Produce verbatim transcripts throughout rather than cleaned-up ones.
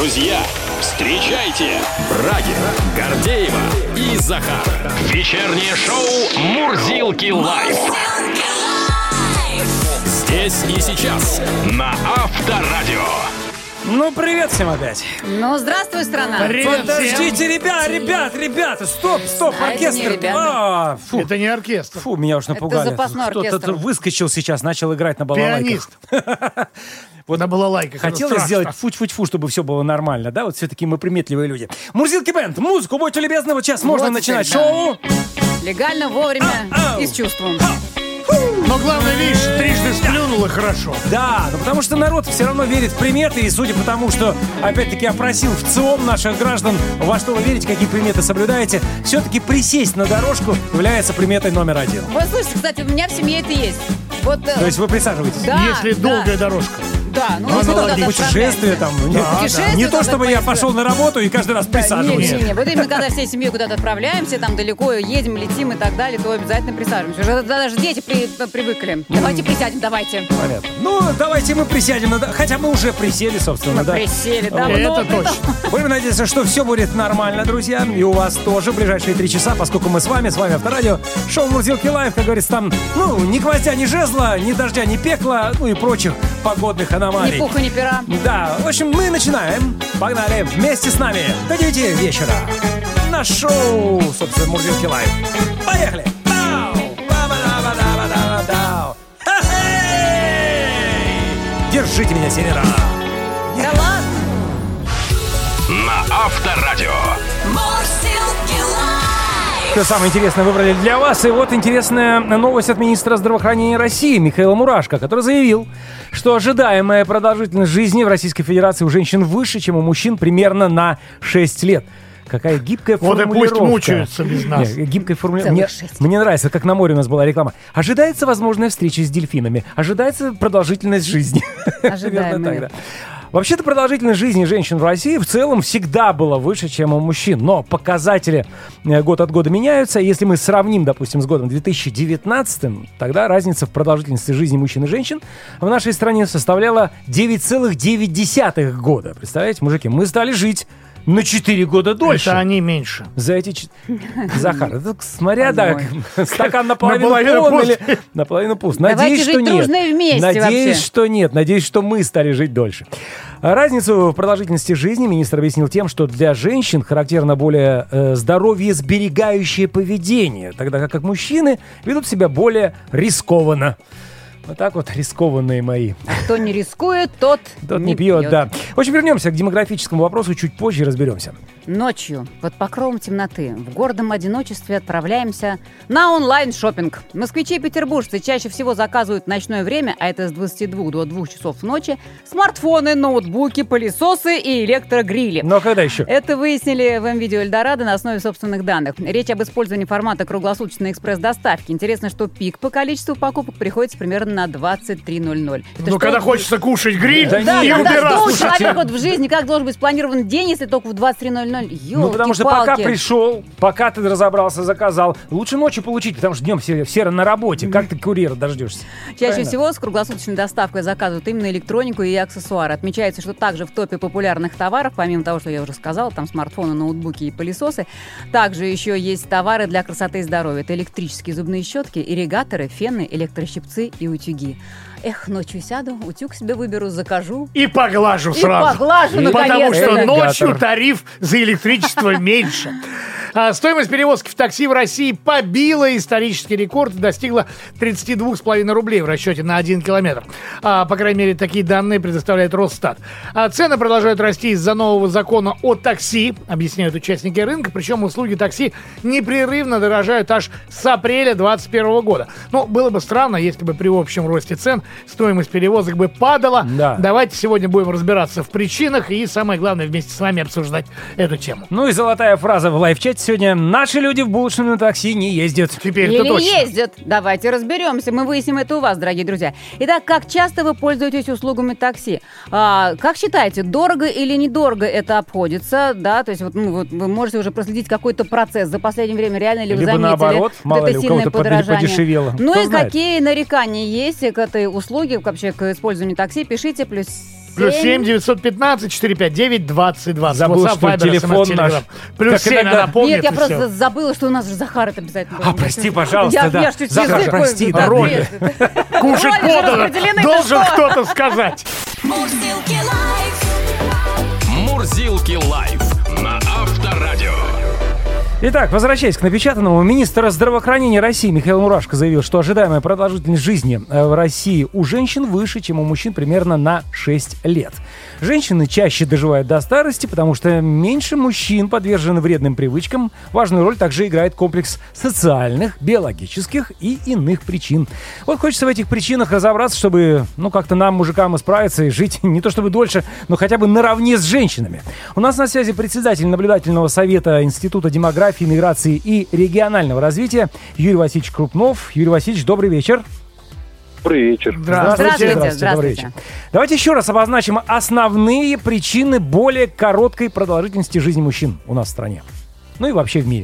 Друзья, встречайте Брагина, Гордеева и Захар. Вечернее шоу «Мурзилки лайф». Здесь и сейчас на Авторадио. Ну, привет всем опять. Ну, здравствуй, страна. Привет Подождите, всем. ребят, ребят, ребята, стоп, стоп, а оркестр. Это не, а, фу. Это не оркестр. Фу, меня уж напугали. Это запасной оркестр. Кто-то выскочил сейчас, начал играть на балалайках. Пианист. Вот на балалайках. Хотелось сделать фу-фу-фу, чтобы все было нормально, да? Вот все-таки мы приметливые люди. Мурзилки бенд, музыку, будьте любезны, вот сейчас можно вот начинать всегда. шоу. Легально, вовремя А-ау. и с чувством. Но главное, видишь, трижды сплюнул и хорошо. Да, ну потому что народ все равно верит в приметы, и судя по тому, что, опять-таки, опросил в ЦИОМ наших граждан, во что вы верите, какие приметы соблюдаете, все-таки присесть на дорожку является приметой номер один. Вот, слушайте, кстати, у меня в семье это есть. Вот, э, То есть вы присаживаетесь? да, Если да. долгая дорожка. Да, ну Ну, мы куда-то аналогично. Путешествие там. Да, не, да. Путешествие не то, куда-то чтобы я поездка. пошел на работу и каждый раз Не, присаживаюсь. не, не. Вот именно когда всей семьей куда-то отправляемся, там далеко едем, летим и так далее, то обязательно присаживаемся. Уже даже дети при- привыкли. Давайте присядем, давайте. Понятно. Ну, давайте мы присядем. на до- Хотя мы уже присели, собственно, Мы да. присели, да. Это но при точно. том- Будем надеяться, что все будет нормально, друзья. И у вас тоже в ближайшие три часа, поскольку мы с вами, с вами Авторадио, шоу «Мурзилки лайф», как говорится, там, ну, ни гвоздя, ни жезла, ни дождя, ни пекла, ну и прочих погодных аномалий. Ни пуха, ни пера. Да, в общем, мы начинаем. Погнали вместе с нами до девяти вечера на шоу, собственно, «Мурзилки лайф». Поехали! Дау! Ба-ба-да-ба-да-ба-да-дау! Ха-хей! Держите меня, севера! Да ладно. На Авторадио. Что самое интересное выбрали для вас. И вот интересная новость от министра здравоохранения России Михаила Мурашко, который заявил, что ожидаемая продолжительность жизни в Российской Федерации у женщин выше, чем у мужчин, примерно на шесть лет. Какая гибкая Вот и формулировка. пусть мучаются без нас. Не, гибкая формулировка. Мне, Целых шесть. мне нравится, как на море у нас была реклама. Ожидается возможная встреча с дельфинами. Ожидается продолжительность жизни. Ожидаемая. Примерно так, да. Вообще-то продолжительность жизни женщин в России в целом всегда была выше, чем у мужчин. Но показатели э, год от года меняются. Если мы сравним, допустим, с годом две тысячи девятнадцатым, тогда разница в продолжительности жизни мужчин и женщин в нашей стране составляла девять целых девять десятых года. Представляете, мужики, мы стали жить на четыре года дольше. Это они меньше. За эти... ч- Захар, это смотря, да, стакан наполовину Наполовину полон пуст. или наполовину пуст. Давайте Надеюсь, жить что нет. дружно и вместе Надеюсь, вообще. что нет. Надеюсь, что мы стали жить дольше. А Разницу в продолжительности жизни министр объяснил тем, что для женщин характерно более э, здоровье-сберегающее поведение, тогда как мужчины ведут себя более рискованно. Вот так вот, рискованные мои. Кто не рискует, тот, Тот не пьет, да. В общем, вернемся к демографическому вопросу чуть позже и разберемся. Ночью, под покровом темноты, в гордом одиночестве отправляемся на онлайн-шоппинг. Москвичи и петербуржцы чаще всего заказывают в ночное время, а это с двадцати двух до двух часов ночи, смартфоны, ноутбуки, пылесосы и электрогрили. Но когда еще? Это выяснили в МВидео Эльдорадо на основе собственных данных. Речь об использовании формата круглосуточной экспресс-доставки. Интересно, что пик по количеству покупок приходится примерно на двадцать три ноль ноль. Это Ну, что когда вот- хочется кушать гриль, Да Да, и нет, ну, да, убираться. что у слушайте. человека вот в жизни, как должен быть спланирован день, если только в двадцать три ноль ноль? Ёлки-палки. Ну, потому что пока пришел, пока ты разобрался, заказал, лучше ночью получить, потому что днем все, все на работе. Как ты курьера дождешься? Чаще Правильно? всего с круглосуточной доставкой заказывают именно электронику и аксессуары. Отмечается, что также в топе популярных товаров, помимо того, что я уже сказала, там смартфоны, ноутбуки и пылесосы, также еще есть товары для красоты и здоровья. Это электрические зубные щетки, ирригаторы, фены, электрощипцы и утюги. Эх, ночью сяду, утюг себе выберу, закажу. И поглажу И сразу. поглажу, Потому наконец-то. что Аллигатор. ночью тариф за электричество меньше. А стоимость перевозки в такси в России побила исторический рекорд и достигла тридцать два с половиной рублей в расчете на один километр. А, по крайней мере, такие данные предоставляет Росстат. А цены продолжают расти из-за нового закона о такси, объясняют участники рынка. Причем услуги такси непрерывно дорожают аж с апреля двадцать первого года. Ну, было бы странно, если бы при общем росте цен стоимость перевозок бы падала. Да. Давайте сегодня будем разбираться в причинах и, самое главное, вместе с вами обсуждать эту тему. Ну и золотая фраза в лайв-чате сегодня. Наши люди в булочную на такси не ездят. Теперь-то Или точно. ездят. Давайте разберемся. Мы выясним это у вас, дорогие друзья. Итак, как часто вы пользуетесь услугами такси? А, как считаете, дорого или недорого это обходится? Да, то есть вот, ну, вот вы можете уже проследить какой-то процесс за последнее время, реально ли вы Либо заметили наоборот, мало вот это ли, у сильное кого-то под- подорожание? подешевело. Ну Кто и знает? какие нарекания есть к этой услуге, вообще к использованию такси? Пишите плюс Плюс семь девятьсот пятнадцать четыреста пятьдесят девять двадцать двадцать. Забыл, что телефон наш. Плюс семь, она помнит. Нет, я и просто всё. забыла, что у нас же Захар это обязательно. А, прости, пожалуйста, Я- да. я ж чуть Захар, язык прости, мой- да, да, роли. Кушать Роли же подано. распределены, Должен ты что? кто-то сказать. Мурзилки лайф на Авторадио. Итак, возвращаясь к напечатанному, министр здравоохранения России Михаил Мурашко заявил, что ожидаемая продолжительность жизни в России у женщин выше, чем у мужчин примерно на шесть лет. Женщины чаще доживают до старости, потому что меньше мужчин подвержены вредным привычкам. Важную роль также играет комплекс социальных, биологических и иных причин. Вот хочется в этих причинах разобраться, чтобы, ну, как-то нам, мужикам, справиться и жить не то чтобы дольше, но хотя бы наравне с женщинами. У нас на связи председатель наблюдательного совета Института демографии, миграции и регионального развития Юрий Васильевич Крупнов. Юрий Васильевич, добрый вечер. Добрый вечер. Здравствуйте. Добрый Здравствуйте. вечер. Давайте еще раз обозначим основные причины более короткой продолжительности жизни мужчин у нас в стране. Ну и вообще в мире.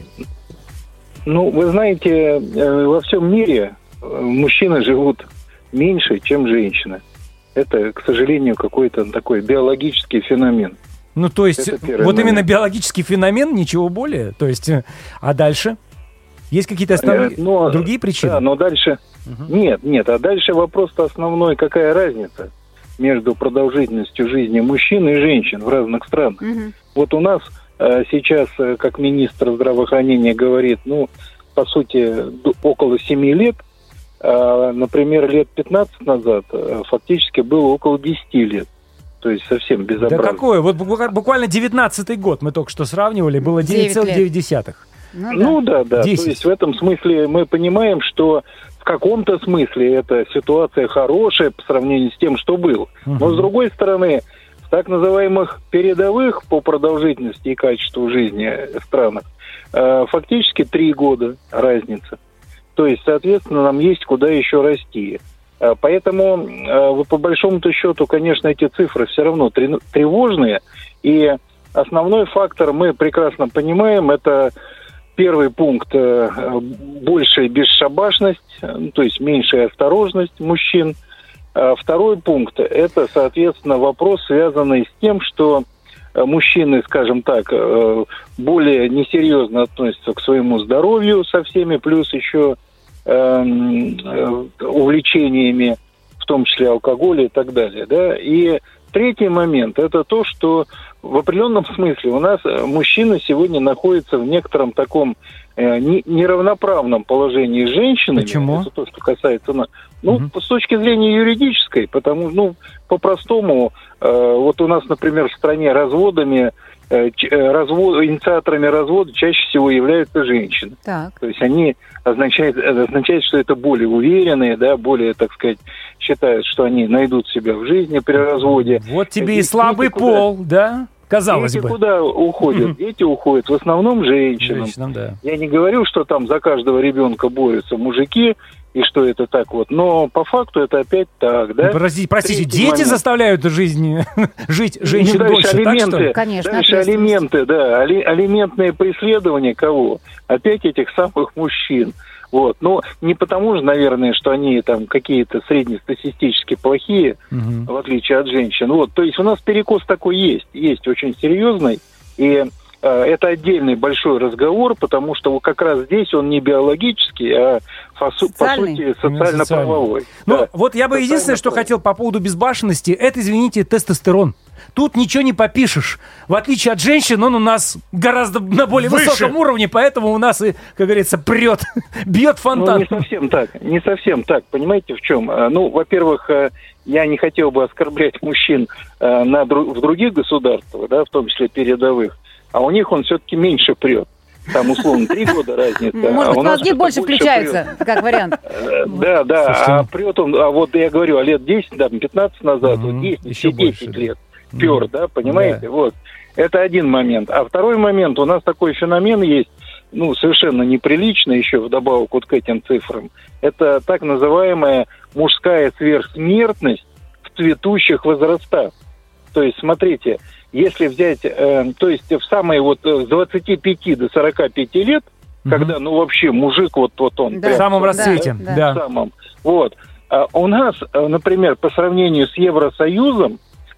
Ну, вы знаете, э, во всем мире э, мужчины живут меньше, чем женщины. Это, к сожалению, какой-то такой биологический феномен. Ну, то есть, Это первый вот момент. именно биологический феномен, ничего более. То есть, э, а дальше? Есть какие-то основные, Э, но- другие причины? Да, но дальше... Нет, нет, а дальше вопрос-то основной, какая разница между продолжительностью жизни мужчин и женщин в разных странах. Мгм. Вот у нас э, сейчас, э, как министр здравоохранения говорит, ну, по сути, д- около семи лет, а, например, лет пятнадцать назад э, фактически было около десяти лет. То есть совсем Да безобразно. какое? Вот бу- буквально девятнадцатый год мы только что сравнивали, было девять целых девять десятых. Ну, да. Ну да, да. десять. То есть в этом смысле мы понимаем, что в каком-то смысле эта ситуация хорошая по сравнению с тем, что было. Но с другой стороны, в так называемых передовых по продолжительности и качеству жизни странах э, фактически три года разница. То есть, соответственно, нам есть куда еще расти. Э, Поэтому, э, вот по большому-то счету, конечно, эти цифры все равно трен- тревожные. И основной фактор, мы прекрасно понимаем, это первый пункт э, – большая бесшабашность, э, то есть меньшая осторожность мужчин. А второй пункт – это, соответственно, вопрос, связанный с тем, что э, мужчины, скажем так, э, более несерьезно относятся к своему здоровью со всеми, плюс еще э, э, увлечениями, в том числе алкоголя и так далее. Да? И третий момент – это то, что в определенном смысле у нас мужчины сегодня находятся в некотором таком э, не- неравноправном положении с женщинами. Почему? Это то, что касается нас. Ну, Мгм. с точки зрения юридической, потому, ну, по-простому, э, вот у нас, например, в стране разводами, э, ч- э, развод, инициаторами развода чаще всего являются женщины. Так. То есть они означают, это означает, что это более уверенные, да, более, так сказать, считают, что они найдут себя в жизни при разводе. Вот тебе и Дети слабый куда? пол, да? Казалось Дети бы. куда уходят? Дети уходят в основном женщинам. Женщинам, да. Я не говорю, что там за каждого ребенка борются мужики, и что это так вот, но по факту это опять так, да? Простите, простите, Третий дети момент. заставляют жизнь, жить женщин Ну, дальше дольше, так алименты. что ли? Конечно, Дальше ответственность. алименты, да, али- алиментные преследования кого? Опять этих самых мужчин. Вот. Ну, не потому же, наверное, что они там какие-то среднестатистически плохие, Мгм. в отличие от женщин. Вот. То есть у нас перекос такой есть, есть очень серьезный, и э, это отдельный большой разговор, потому что вот как раз здесь он не биологический, а по, су- по Социальный. сути социально-правовой. Ну, Да. вот я бы единственное, что Социально-правовой. хотел по поводу безбашенности, это, извините, тестостерон. Тут ничего не попишешь. В отличие от женщин, он у нас гораздо на более Выше. высоком уровне, поэтому у нас и, как говорится, прет, бьет Ну, фонтан. не совсем так, не совсем так. Понимаете, в чем? А, Ну, во-первых, э, я не хотел бы оскорблять мужчин э, на, дру- в других государствах, да, в том числе передовых, а у них он все-таки меньше прет. Там, условно, три года разница. Может а быть, у нас мозги что-то больше прет. включаются, как вариант. Э, Да, да, Слушайте, а ну- прет он, а вот я говорю, а лет десять, да, пятнадцать назад, Мгм, вот десять, еще десять больше, да. лет пер, да, понимаете, Да. вот. Это один момент. А второй момент, у нас такой феномен есть, ну, совершенно неприличный еще вдобавок вот к этим цифрам. Это так называемая мужская сверхсмертность в цветущих возрастах. То есть, смотрите, если взять, э, то есть в самые вот э, с двадцати пяти до сорока пяти лет, Мгм. когда, ну, вообще мужик вот, вот он... Да. В прям самом Да, расцвете, да. да. самом. Вот. А у нас, э, например, по сравнению с Евросоюзом,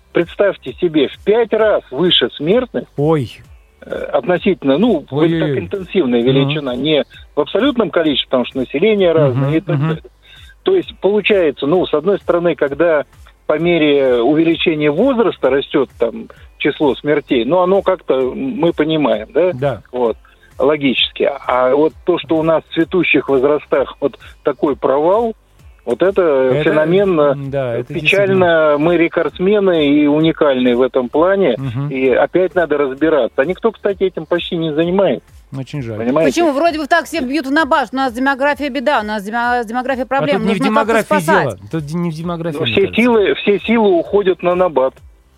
представьте себе, в пять раз выше смертность. Ой. Относительно, ну, Ой-ой-ой. так интенсивная величина, uh-huh. не в абсолютном количестве, потому что население разное uh-huh. и так далее. Uh-huh. То есть получается, ну, с одной стороны, когда по мере увеличения возраста растет там число смертей, ну, оно как-то, мы понимаем, да? Да. Вот, логически. А вот то, что у нас в цветущих возрастах вот такой провал, вот это, это феномен, да, это печально, мы рекордсмены и уникальные в этом плане, угу. и опять надо разбираться. А никто, кстати, этим почти не занимается. Очень жаль. Понимаете? Почему? Вроде бы так все бьют в набаш. У нас демография беда, у нас демография проблема. А тут не в демографии дело. Тут не в демографии. Все силы, все силы уходят на набат.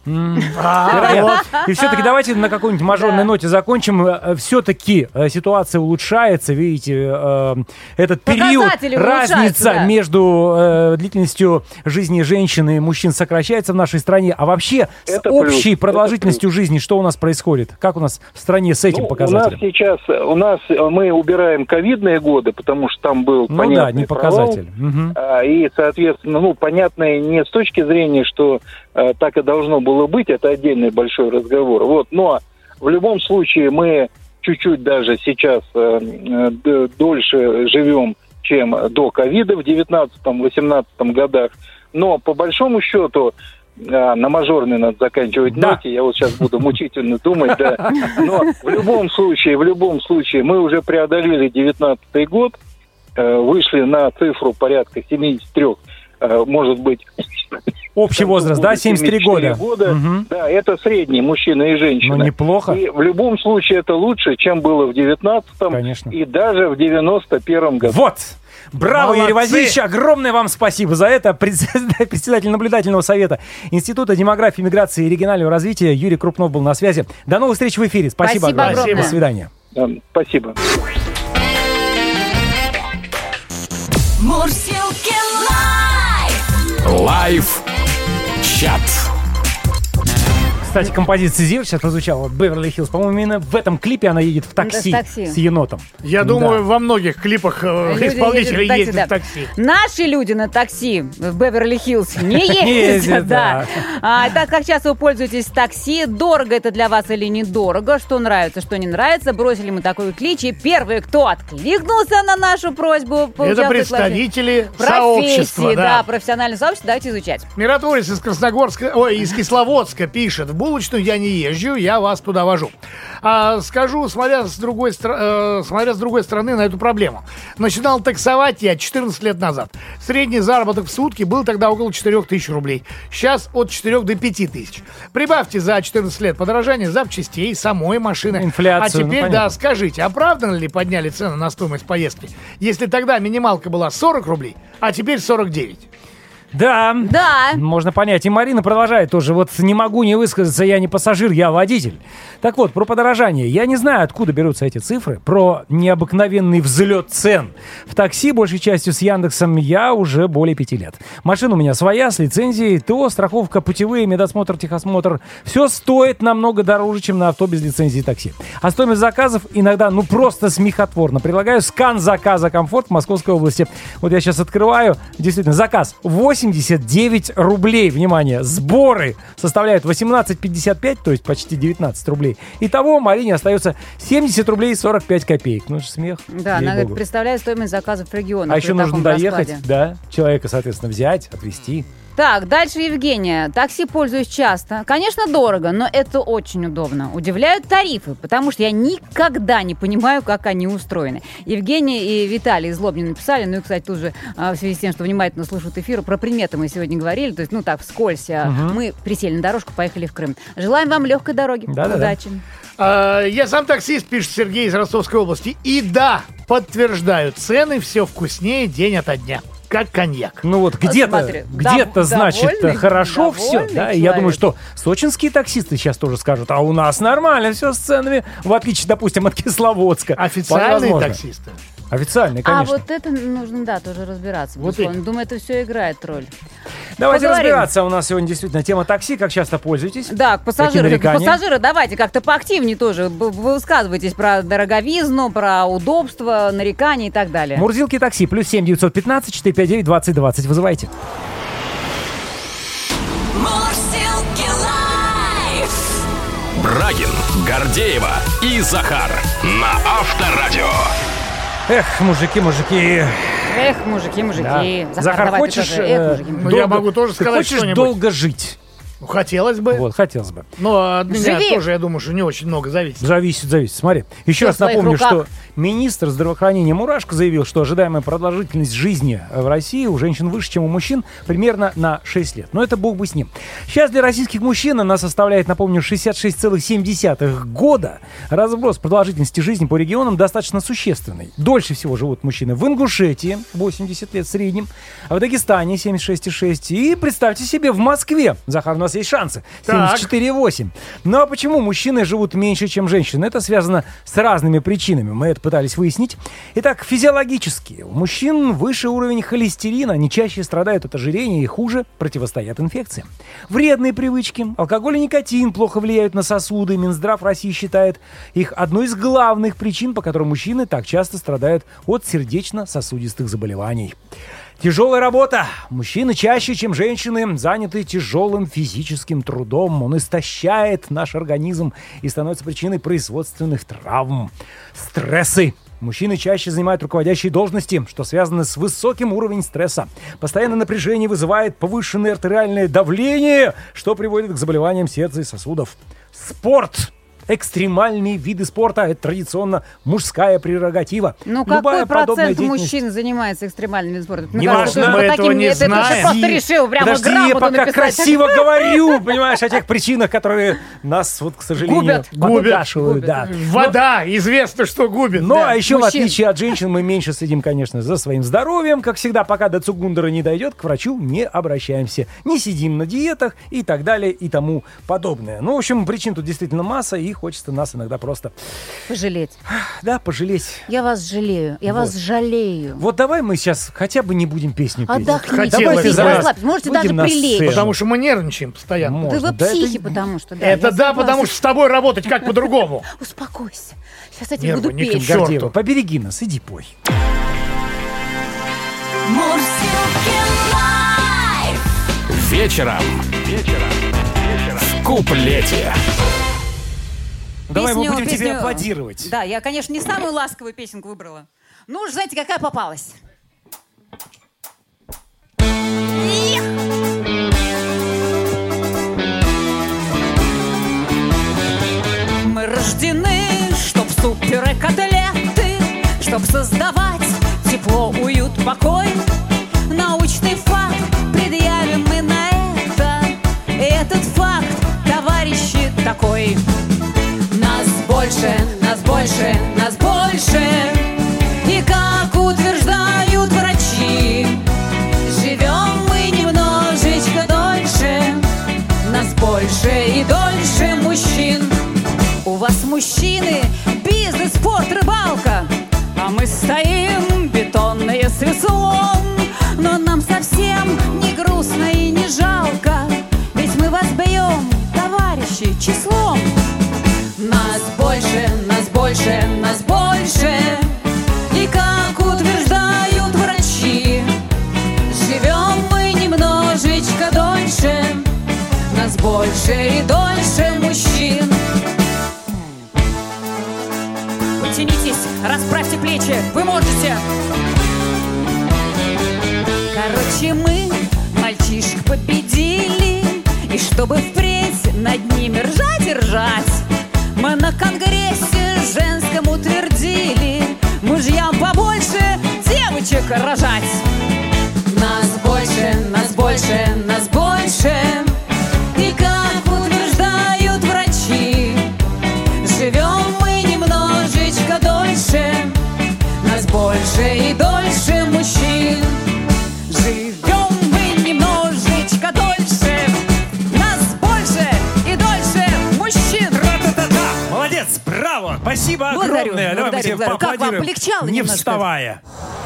И все-таки давайте на какой-нибудь мажорной ноте закончим. Все-таки ситуация улучшается, видите, этот период, разница между длительностью жизни женщин и мужчин сокращается в нашей стране. А вообще с общей продолжительностью жизни что у нас происходит? Как у нас в стране с этим показателем? У нас сейчас, у нас мы убираем ковидные годы, потому что там был понятный ну да, не показатель. Угу. И, соответственно, ну, понятно не с точки зрения, что так и должно было быть, это отдельный большой разговор. Вот. Но в любом случае мы чуть-чуть даже сейчас э, дольше живем, чем до ковида в девятнадцатом-восемнадцатом годах. Но по большому счету, э, на мажорной надо заканчивать да. ноте, я вот сейчас буду мучительно думать, да. Но в любом случае, в любом случае, мы уже преодолели девятнадцатый год, э, вышли на цифру порядка семьдесят три, э, может быть... Общий возраст, да, семьдесят три года. года. Угу. Да, это средний, мужчина и женщина. Ну, неплохо. И в любом случае это лучше, чем было в девятнадцатом. Конечно. И даже в девяносто первом году. Вот! Браво, Молодцы. Юрий Васильевич, огромное вам спасибо за это. Председатель наблюдательного совета Института демографии, миграции и регионального развития Юрий Крупнов был на связи. До новых встреч в эфире. Спасибо, спасибо огромное. огромное. До свидания. Да, спасибо. Мурзилки лайф! Лайф чат. Кстати, композиция Зиверт сейчас прозвучала, Беверли-Хиллз. По-моему, именно в этом клипе она едет в такси, такси. с енотом. Я да. думаю, во многих клипах э, исполнители ездят, ездят да. в такси. Наши люди на такси в Беверли-Хиллз не Ездят, ездят. да. А, так как часто вы пользуетесь такси, дорого это для вас или недорого, что нравится, что не нравится, бросили мы такой клич, и первый, кто откликнулся на нашу просьбу, это представители сообщества. Да, да, профессиональное сообщество, давайте изучать. Миротворец из Красногорска, ой, из Кисловодска пишет: в булочную я не езжу, я вас туда вожу. А, скажу, смотря с, другой, э, смотря с другой стороны на эту проблему. Начинал таксовать я четырнадцать лет назад. Средний заработок в сутки был тогда около четыре тысячи рублей. Сейчас от четырёх до пяти тысяч. Прибавьте за четырнадцать лет подорожание запчастей, самой машины. Инфляцию, а теперь, ну, да, скажите, оправданно ли подняли цены на стоимость поездки? Если тогда минималка была сорок рублей, а теперь сорок девять. Да, Да. можно понять. И Марина продолжает тоже. Вот не могу не высказаться, я не пассажир, я водитель. Так вот, про подорожание. Я не знаю, откуда берутся эти цифры. Про необыкновенный взлет цен. В такси, большей частью с Яндексом, я уже более пяти лет. Машина у меня своя, с лицензией. ТО, страховка, путевые, медосмотр, техосмотр. Все стоит намного дороже, чем на авто без лицензии такси. А стоимость заказов иногда, ну, просто смехотворно. Предлагаю скан заказа «Комфорт» в Московской области. Вот я сейчас открываю. Действительно, заказ восемьдесят девять рублей. Внимание, сборы составляют восемнадцать пятьдесят пять, то есть почти девятнадцать рублей. Итого Марине остается семьдесят рублей сорок пять копеек. Ну, это смех. Да, она представляет стоимость заказов в регионах. А еще нужно доехать, раскладе. Да, человека, соответственно, взять, отвезти. Так, дальше Евгения. Такси пользуюсь часто. Конечно, дорого, но это очень удобно. Удивляют тарифы, потому что я никогда не понимаю, как они устроены. Евгения и Виталий из Лобни написали, ну и, кстати, тоже в связи с тем, что внимательно слушают эфир, про приметы мы сегодня говорили, то есть, ну так, вскользь. Угу. Мы присели на дорожку, поехали в Крым. Желаем вам легкой дороги. Да-да-да. Удачи. А, я сам таксист, пишет Сергей из Ростовской области. И да, подтверждаю, цены все вкуснее день ото дня. Как коньяк. Ну вот где-то, где-то, значит, довольный, хорошо все, да, и я думаю, что человек. Сочинские таксисты сейчас тоже скажут, а у нас нормально все с ценами, в отличие, допустим, от Кисловодска. Официальные таксисты. Официальные, конечно. А вот это нужно, да, тоже разбираться. Вот Думаю, это все играет роль. Давайте Поговорим. разбираться. У нас сегодня действительно тема такси. Как часто пользуетесь? Да, пассажиры. Пассажиры, давайте как-то поактивнее тоже. Вы высказывайтесь про дороговизну, про удобство, нарекания и так далее. Мурзилки такси. Плюс семь девятьсот пятнадцать четыреста пятьдесят девять двадцать двадцать. Вызывайте. Мурзилки лайф. Брагин, Гордеева и Захар на Авторадио. Эх, мужики, мужики. Эх, мужики, мужики. Да. Захар, Захар, давай ты хочешь, тоже. э, Эх, мужики, Ну, мужики. я могу тоже Ты сказать хочешь что-нибудь. долго жить? Ну, хотелось бы. Вот, хотелось бы. Но от меня Живи. тоже, я думаю, что не очень много зависит. Зависит, зависит. Смотри, еще Всё раз в твоих напомню, руках. что министр здравоохранения Мурашко заявил, что ожидаемая продолжительность жизни в России у женщин выше, чем у мужчин, примерно на шесть лет. Но это бог бы с ним. Сейчас для российских мужчин она составляет, напомню, шестьдесят шесть целых семь десятых года. Разброс продолжительности жизни по регионам достаточно существенный. Дольше всего живут мужчины в Ингушетии, восемьдесят лет в среднем, а в Дагестане семьдесят шесть целых шесть десятых. И представьте себе, в Москве, Захар, у нас есть шансы, семьдесят четыре целых восемь десятых. Ну а почему мужчины живут меньше, чем женщины? Это связано с разными причинами. Мы это пытались выяснить. Итак, физиологически. У мужчин выше уровень холестерина, они чаще страдают от ожирения и хуже противостоят инфекциям. Вредные привычки. Алкоголь и никотин плохо влияют на сосуды. Минздрав России считает их одной из главных причин, по которым мужчины так часто страдают от сердечно-сосудистых заболеваний. Тяжелая работа. Мужчины чаще, чем женщины, заняты тяжелым физическим трудом. Он истощает наш организм и становится причиной производственных травм. Стрессы. Мужчины чаще занимают руководящие должности, что связано с высоким уровнем стресса. Постоянное напряжение вызывает повышенное артериальное давление, что приводит к заболеваниям сердца и сосудов. Спорт. Экстремальные виды спорта – это традиционно мужская прерогатива. Ну, Любая какой подобная процент деятельность- мужчин занимается экстремальным видом спорта? Мне Неважно, кажется, ты мы по этого таким- не это ты знаем. просто решил прямо Подожди, я грамоту пока написать. красиво говорю, понимаешь, о тех причинах, которые нас, вот, к сожалению, Губят. подкашивают, Губят. да. Вода, известно, что губит. Ну, да. а еще, в Мужчин. отличие от женщин, мы меньше следим, конечно, за своим здоровьем. Как всегда, пока до Цугундера не дойдет, к врачу не обращаемся. Не сидим на диетах и так далее и тому подобное. Ну, в общем, причин тут действительно масса, и хочется нас иногда просто, Пожалеть. да, пожалеть. Я вас жалею. Я вас жалею. Вот давай мы сейчас хотя бы не будем песню петь. Отдохните, Хотелось давайте, бы. расслабьтесь. Можете Будем даже на прилечь. сцену. Потому что мы нервничаем постоянно. Можно. Да вы Да это- психи, потому что, да. Это я да, согласна. потому что с тобой работать как по-другому. Успокойся. Сейчас я тебе Нервы буду не к петь. черту. Гордеева, побереги нас, иди пой. Мурзилки лайф. Вечером. Вечером. В куплете. Давай мы Песню- будем тебе песню- аплодировать. Да, я, конечно, не самую ласковую песенку выбрала. Ну уж знаете, какая попалась. Ех! Мы рождены, чтоб супер котлеты, чтоб создавать тепло, уют, покой. Научный факт предъявим мы на это. И этот факт, товарищи, такой. Нас больше, нас больше, нас больше. И как утверждают врачи, живем мы немножечко дольше. Нас больше и дольше мужчин. У вас, мужчины, бизнес, спорт, рыбалка, а мы стоим, бетонное с веслом. Но нам совсем не грустно и не жалко, ведь мы вас бьем, товарищи, числом. Нас больше, нас больше, нас больше. И как утверждают врачи, живем мы немножечко дольше. Нас больше и дольше мужчин. Потянитесь, расправьте плечи, вы можете. Короче, мы мальчишек победили, и чтобы впредь над ними ржать и ржать, мы на конгрессе женском утвердили мужьям побольше девочек рожать. Нас больше, нас больше, нас больше. И как утверждают врачи, живем мы немножечко дольше. Нас больше и дольше мужчин. Живем мы немножечко дольше. Нас больше и дольше мужчин. Ра-та-та-та! Молодец, браво! Спасибо Благодарю, огромное. Давай мы благодарю, тебе благодарю. Как вам, поаплодируем, полегчало не немножко? вставая.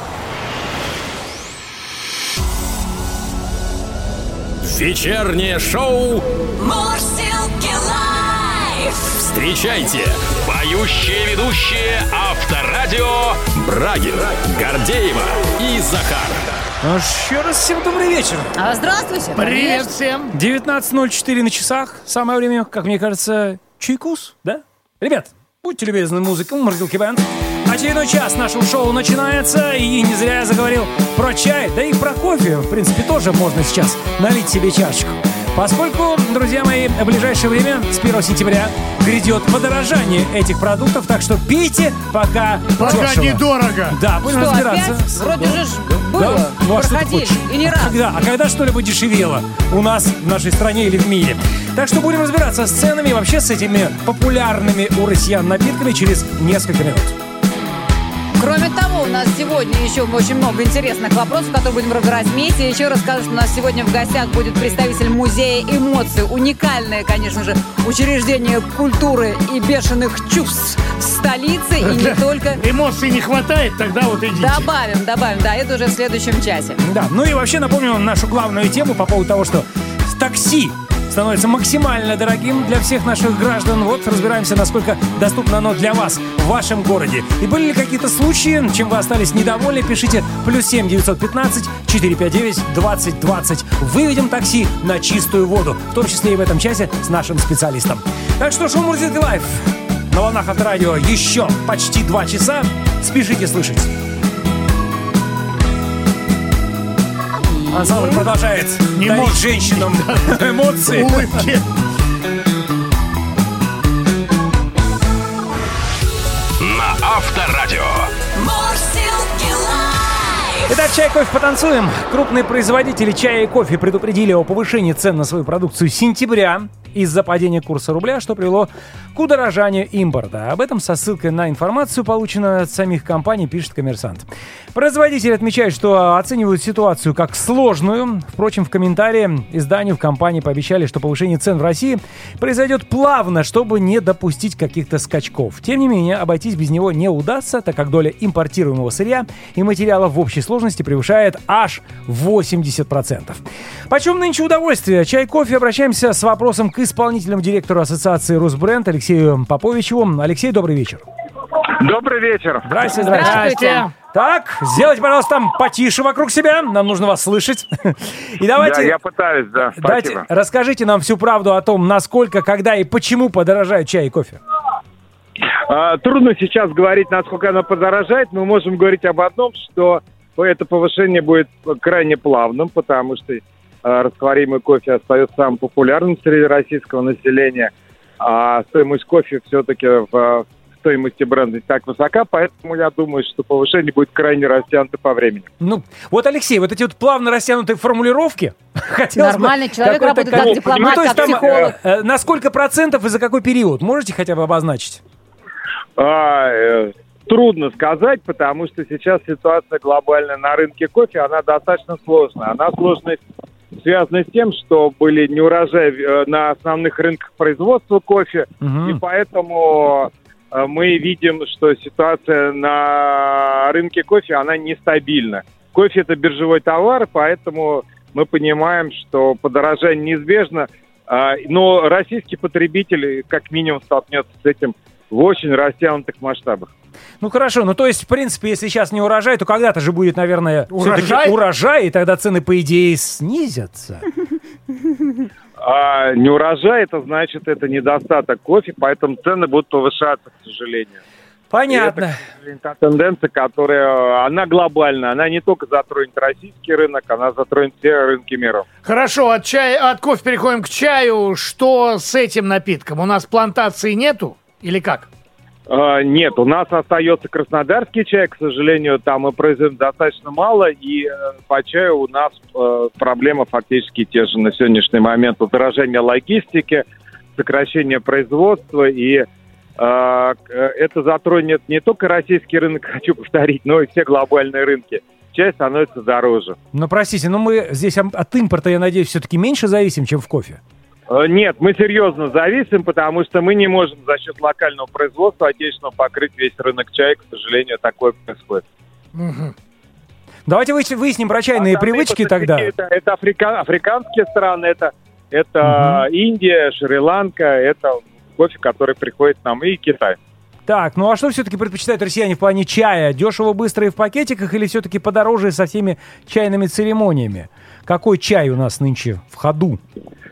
Вечернее шоу. Мурзилки лайф. Встречайте, поющие ведущие Авторадио Брагин, Гордеева и Захар. Ну, еще раз всем добрый вечер. А, здравствуйте. Привет всем. девятнадцать ноль четыре на часах. Самое время, как мне кажется, чайкус, да? Ребят, будьте любезны, музыка, Мурзилки Бенд. Очередной час нашего шоу начинается, и не зря я заговорил про чай, да и про кофе, в принципе, тоже можно сейчас налить себе чашечку. Поскольку, друзья мои, в ближайшее время, с первого сентября, грядет подорожание этих продуктов, так что пейте, пока Пока дешево. недорого. Да, будем Что, разбираться. опять? Вроде же ж было, Да? Ну, а что ты проходили, хочешь? и не раз. Когда? А когда что-либо дешевело у нас, в нашей стране или в мире? Так что будем разбираться с ценами и вообще с этими популярными у россиян напитками через несколько минут. Кроме того, у нас сегодня еще очень много интересных вопросов, которые будем разбирать вместе. Еще расскажу, что у нас сегодня в гостях будет представитель музея эмоций. Уникальное, конечно же, учреждение культуры и бешеных чувств в столице. И не только. Эмоций не хватает, тогда вот идите. Добавим, добавим. Да, это уже в следующем часе. Да, ну и вообще напомню нашу главную тему по поводу того, что такси становится максимально дорогим для всех наших граждан. Вот разбираемся, насколько доступно оно для вас в вашем городе. И были ли какие-то случаи, чем вы остались недовольны? Пишите плюс семь девятьсот пятнадцать четыреста пятьдесят девять двадцать двадцать. Выведем такси на чистую воду, в том числе и в этом часе с нашим специалистом. Так что шоу Мурзилки Лайф на волнах Авторадио еще почти два часа. Спешите слышать. Ансамбль продолжает Не дарить может. женщинам эмоции. Улыбки. На Авторадио. Мурзилки лайф. Итак, чай, кофе, потанцуем. Крупные производители чая и кофе предупредили о повышении цен на свою продукцию с сентября из-за падения курса рубля, что привело к удорожанию импорта. Об этом со ссылкой на информацию, полученную от самих компаний, пишет «Коммерсант». Производители отмечают, что оценивают ситуацию как сложную. Впрочем, в комментарии изданию в компании пообещали, что повышение цен в России произойдет плавно, чтобы не допустить каких-то скачков. Тем не менее, обойтись без него не удастся, так как доля импортируемого сырья и материалов в общей сложности превышает аж восемьдесят процентов. Почем нынче удовольствие? Чай, кофе. Обращаемся с вопросом к исполнительному директору ассоциации «Росбренд» Алексею Поповичеву. Алексей, добрый вечер. Добрый вечер. Здрасте, Здравствуйте. Так, сделайте, пожалуйста, там потише вокруг себя. Нам нужно вас слышать. И давайте... Да, я пытаюсь, да, Давайте, спасибо. расскажите нам всю правду о том, насколько, когда и почему подорожают чай и кофе. А, трудно сейчас говорить, насколько оно подорожает. Мы можем говорить об одном, что это повышение будет крайне плавным, потому что а, растворимый кофе остается самым популярным среди российского населения, а стоимость кофе все-таки в стоимости бренда не так высока, поэтому я думаю, что повышение будет крайне растянуто по времени. Ну, вот, Алексей, вот эти вот плавно растянутые формулировки. Хотелось бы Нормальный человек какой-то работает как кон- дипломат, Ну, то есть как там, психолог. э, э, на сколько процентов и за какой период? Можете хотя бы обозначить? А, э, трудно сказать, потому что сейчас ситуация глобальная на рынке кофе, она достаточно сложная. Она сложность связана с тем, что были неурожаи э, на основных рынках производства кофе, Мгм. и поэтому э, мы видим, что ситуация на рынке кофе, она нестабильна. Кофе – это биржевой товар, поэтому мы понимаем, что подорожание неизбежно, э, но российский потребитель как минимум столкнется с этим в очень растянутых масштабах. Ну, хорошо. Ну, то есть, в принципе, если сейчас не урожай, то когда-то же будет, наверное, Урожай? все-таки урожай, и тогда цены, по идее, снизятся. А не урожай, это значит, это недостаток кофе, поэтому цены будут повышаться, к сожалению. Понятно. И это, к сожалению, та тенденция, которая, она глобальная, она не только затронет российский рынок, она затронет все рынки мира. Хорошо, от, чая, от кофе переходим к чаю. Что с этим напитком? У нас плантации нету или как? А, нет, у нас остается краснодарский чай, к сожалению, там мы производим достаточно мало, и э, по чаю у нас э, проблемы фактически те же на сегодняшний момент. Удорожание логистики, сокращение производства, и э, это затронет не только российский рынок, хочу повторить, но и все глобальные рынки. Чай становится дороже. Ну, простите, но мы здесь от от импорта, я надеюсь, все-таки меньше зависим, чем в кофе. Э, Нет, мы серьезно зависим, потому что мы не можем за счет локального производства отечественного покрыть весь рынок чая. К сожалению, такое происходит. Давайте вы- выясним про чайные Основные привычки поставщики тогда. Это, это африка- африканские страны, это, это Индия, Шри-Ланка, это кофе, который приходит к нам, и Китай. Так, ну а что все-таки предпочитают россияне в плане чая? Дешево, быстро и в пакетиках или все-таки подороже со всеми чайными церемониями? Какой чай у нас нынче в ходу?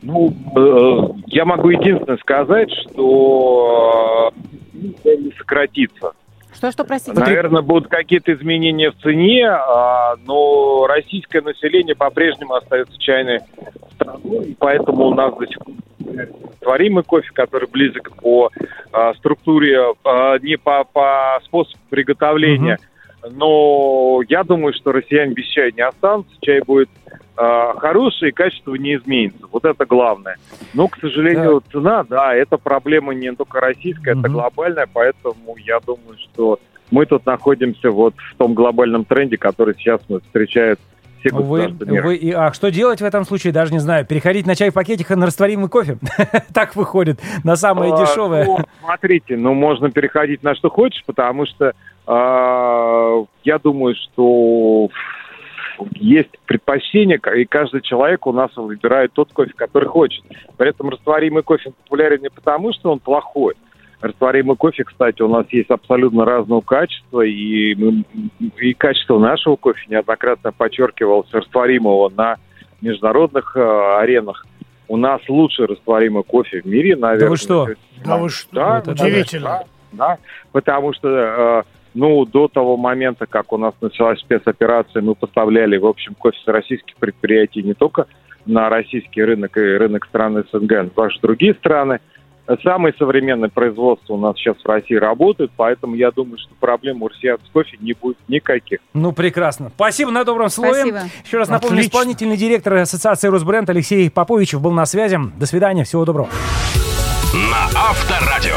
Ну, э, я могу единственное сказать, что э, не сократится. Что-что, простите? Наверное, будут какие-то изменения в цене, а, но российское население по-прежнему остается чайной страной, и поэтому у нас до сих пор творимый кофе, который близок по а, структуре, а, не по, по способу приготовления. Uh-huh. Но я думаю, что россияне без чая не останутся, чай будет а, хороший, и качество не изменится. Вот это главное. Но, к сожалению, да. цена, да, это проблема не только российская, uh-huh. это глобальная, поэтому я думаю, что мы тут находимся вот в том глобальном тренде, который сейчас мы встречают все государства вы, мира. Вы, и, а что делать в этом случае, даже не знаю, переходить на чай в пакетиках и на растворимый кофе? Так выходит, на самое а, дешевое. Ну, смотрите, ну можно переходить на что хочешь, потому что а, я думаю, что есть предпочтение, и каждый человек у нас выбирает тот кофе, который хочет. При этом растворимый кофе популярен не потому, что он плохой. Растворимый кофе, кстати, у нас есть абсолютно разного качества, и, мы, и качество нашего кофе неоднократно подчеркивалось растворимого на международных э, аренах. У нас лучший растворимый кофе в мире, наверное. Да вы что? Да вы что? Да, вот удивительно. Да, да, потому что, э, ну, до того момента, как у нас началась спецоперация, мы поставляли, в общем, кофе с российских предприятий не только на российский рынок и рынок стран СНГ, но также другие страны. Самое современное производство у нас сейчас в России работает, поэтому я думаю, что проблем у россиян с кофе не будет никаких. Ну, прекрасно. Спасибо на добром слове. Спасибо. Еще раз напомню, Отлично. исполнительный директор Ассоциации Росбренд Алексей Поповичев был на связи. До свидания, всего доброго. На Авторадио.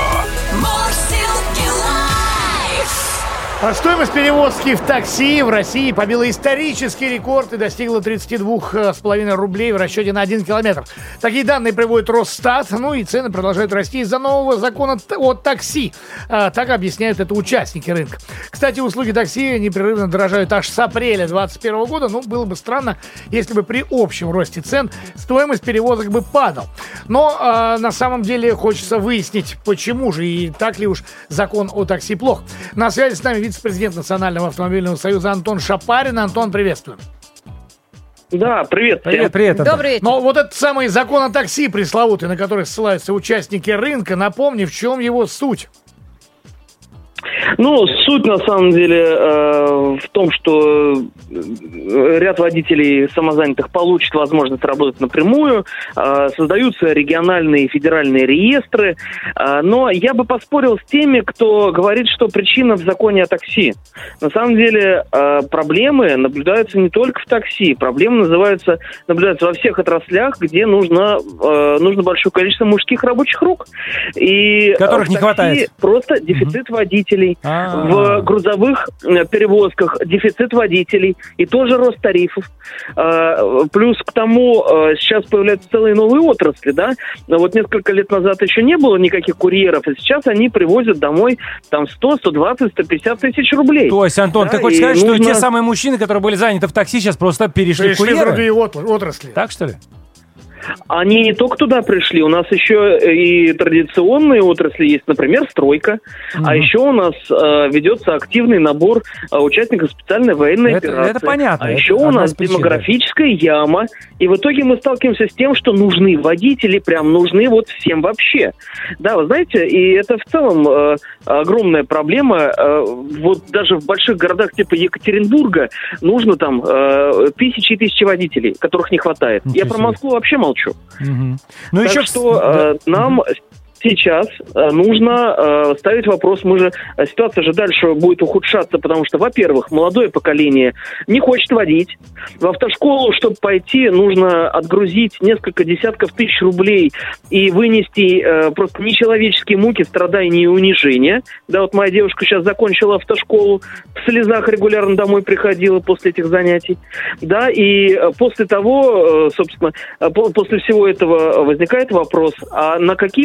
А стоимость перевозки в такси в России побила исторический рекорд и достигла тридцати двух с половиной рублей в расчете на один километр. Такие данные приводит Росстат, ну и цены продолжают расти из-за нового закона о такси. А, так объясняют это участники рынка. Кстати, услуги такси непрерывно дорожают аж с апреля двадцать первого года. Ну, было бы странно, если бы при общем росте цен стоимость перевозок бы падал. Но а, на самом деле хочется выяснить, почему же и так ли уж закон о такси плох. На связи с нами вице-президент Национального автомобильного союза Антон Шапарин. Антон, приветствуем. Да, привет. всем. Привет, привет. Антон. Добрый вечер. Но вот этот самый закон о такси пресловутый, на который ссылаются участники рынка, напомни, в чем его суть? Ну, суть на самом деле э, в том, что ряд водителей самозанятых получит возможность работать напрямую, э, создаются региональные и федеральные реестры, э, но я бы поспорил с теми, кто говорит, что причина в законе о такси. На самом деле э, проблемы наблюдаются не только в такси, проблемы называются, наблюдаются во всех отраслях, где нужно, э, нужно большое количество мужских рабочих рук. И Которых в не такси хватает. Просто дефицит водителей. А-а-а. В грузовых э, перевозках дефицит водителей и тоже рост тарифов. Э, плюс к тому э, сейчас появляются целые новые отрасли, да. Вот несколько лет назад еще не было никаких курьеров, и сейчас они привозят домой там сто, сто двадцать, сто пятьдесят тысяч рублей. То есть, Антон, Да, ты хочешь и сказать, что нужно- те самые мужчины, которые были заняты в такси, сейчас просто перешли, в Пришли в курьеры? другие от- отрасли. Так, что ли? Они не только туда пришли, у нас еще и традиционные отрасли есть, например, стройка, Мгм. а еще у нас э, ведется активный набор э, участников специальной военной Это- операции. это понятно, А это еще у одна нас из причин, демографическая яма, и в итоге мы сталкиваемся с тем, что нужны водители, прям нужны вот всем вообще. Да, вы знаете, и это в целом э, огромная проблема. Э, вот даже в больших городах типа Екатеринбурга нужно там э, тысячи и тысячи водителей, которых не хватает. Ничего Я про себе. Москву вообще молчу. Мгм. Ну, Так еще... что э, нам сейчас э, нужно э, ставить вопрос. Мы же э, ситуация же дальше будет ухудшаться, потому что, во-первых, молодое поколение не хочет водить. В автошколу, чтобы пойти, нужно отгрузить несколько десятков тысяч рублей и вынести э, просто нечеловеческие муки, страдания и унижения. Да, вот моя девушка сейчас закончила автошколу, в слезах регулярно домой приходила после этих занятий. Да, и э, после того, э, собственно, э, по- после всего этого возникает вопрос, а на какие машины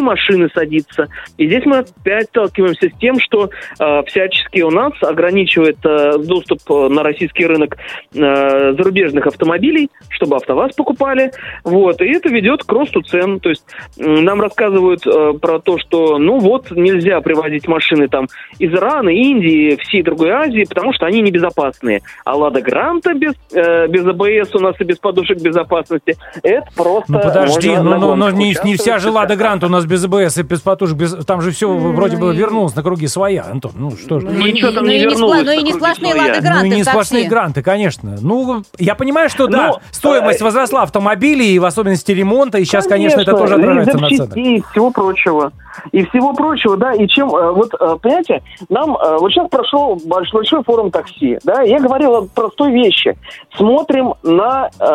машины садиться. И здесь мы опять сталкиваемся с тем, что э, всячески у нас ограничивает э, доступ на российский рынок э, зарубежных автомобилей, чтобы АвтоВАЗ покупали. Вот. И это ведет к росту цен. То есть э, нам рассказывают э, про то, что ну вот нельзя привозить машины там из Ирана, Индии, всей другой Азии, потому что они небезопасные. А Лада Гранта без, э, без АБС у нас и без подушек безопасности, это просто... Ну подожди, ну, ну, ну не, не вся же Лада Гранта у нас без АБС и без подушек, без, там же все mm, вроде бы вернулось на круги своя, Антон. Ну что ж. Ну, ничего там ну, не и вернулось. Ну и не сплошные Лады Гранты. Ну и не в такси. сплошные гранты, конечно. Ну, я понимаю, что да, Но, стоимость э, возросла автомобилей, и в особенности ремонта, и сейчас, конечно, это тоже отражается на ценах. И всего прочего. И всего прочего, да, и чем, вот, понимаете, нам, вот сейчас прошел большой форум такси, да, я говорил о простой вещи. Смотрим на, э,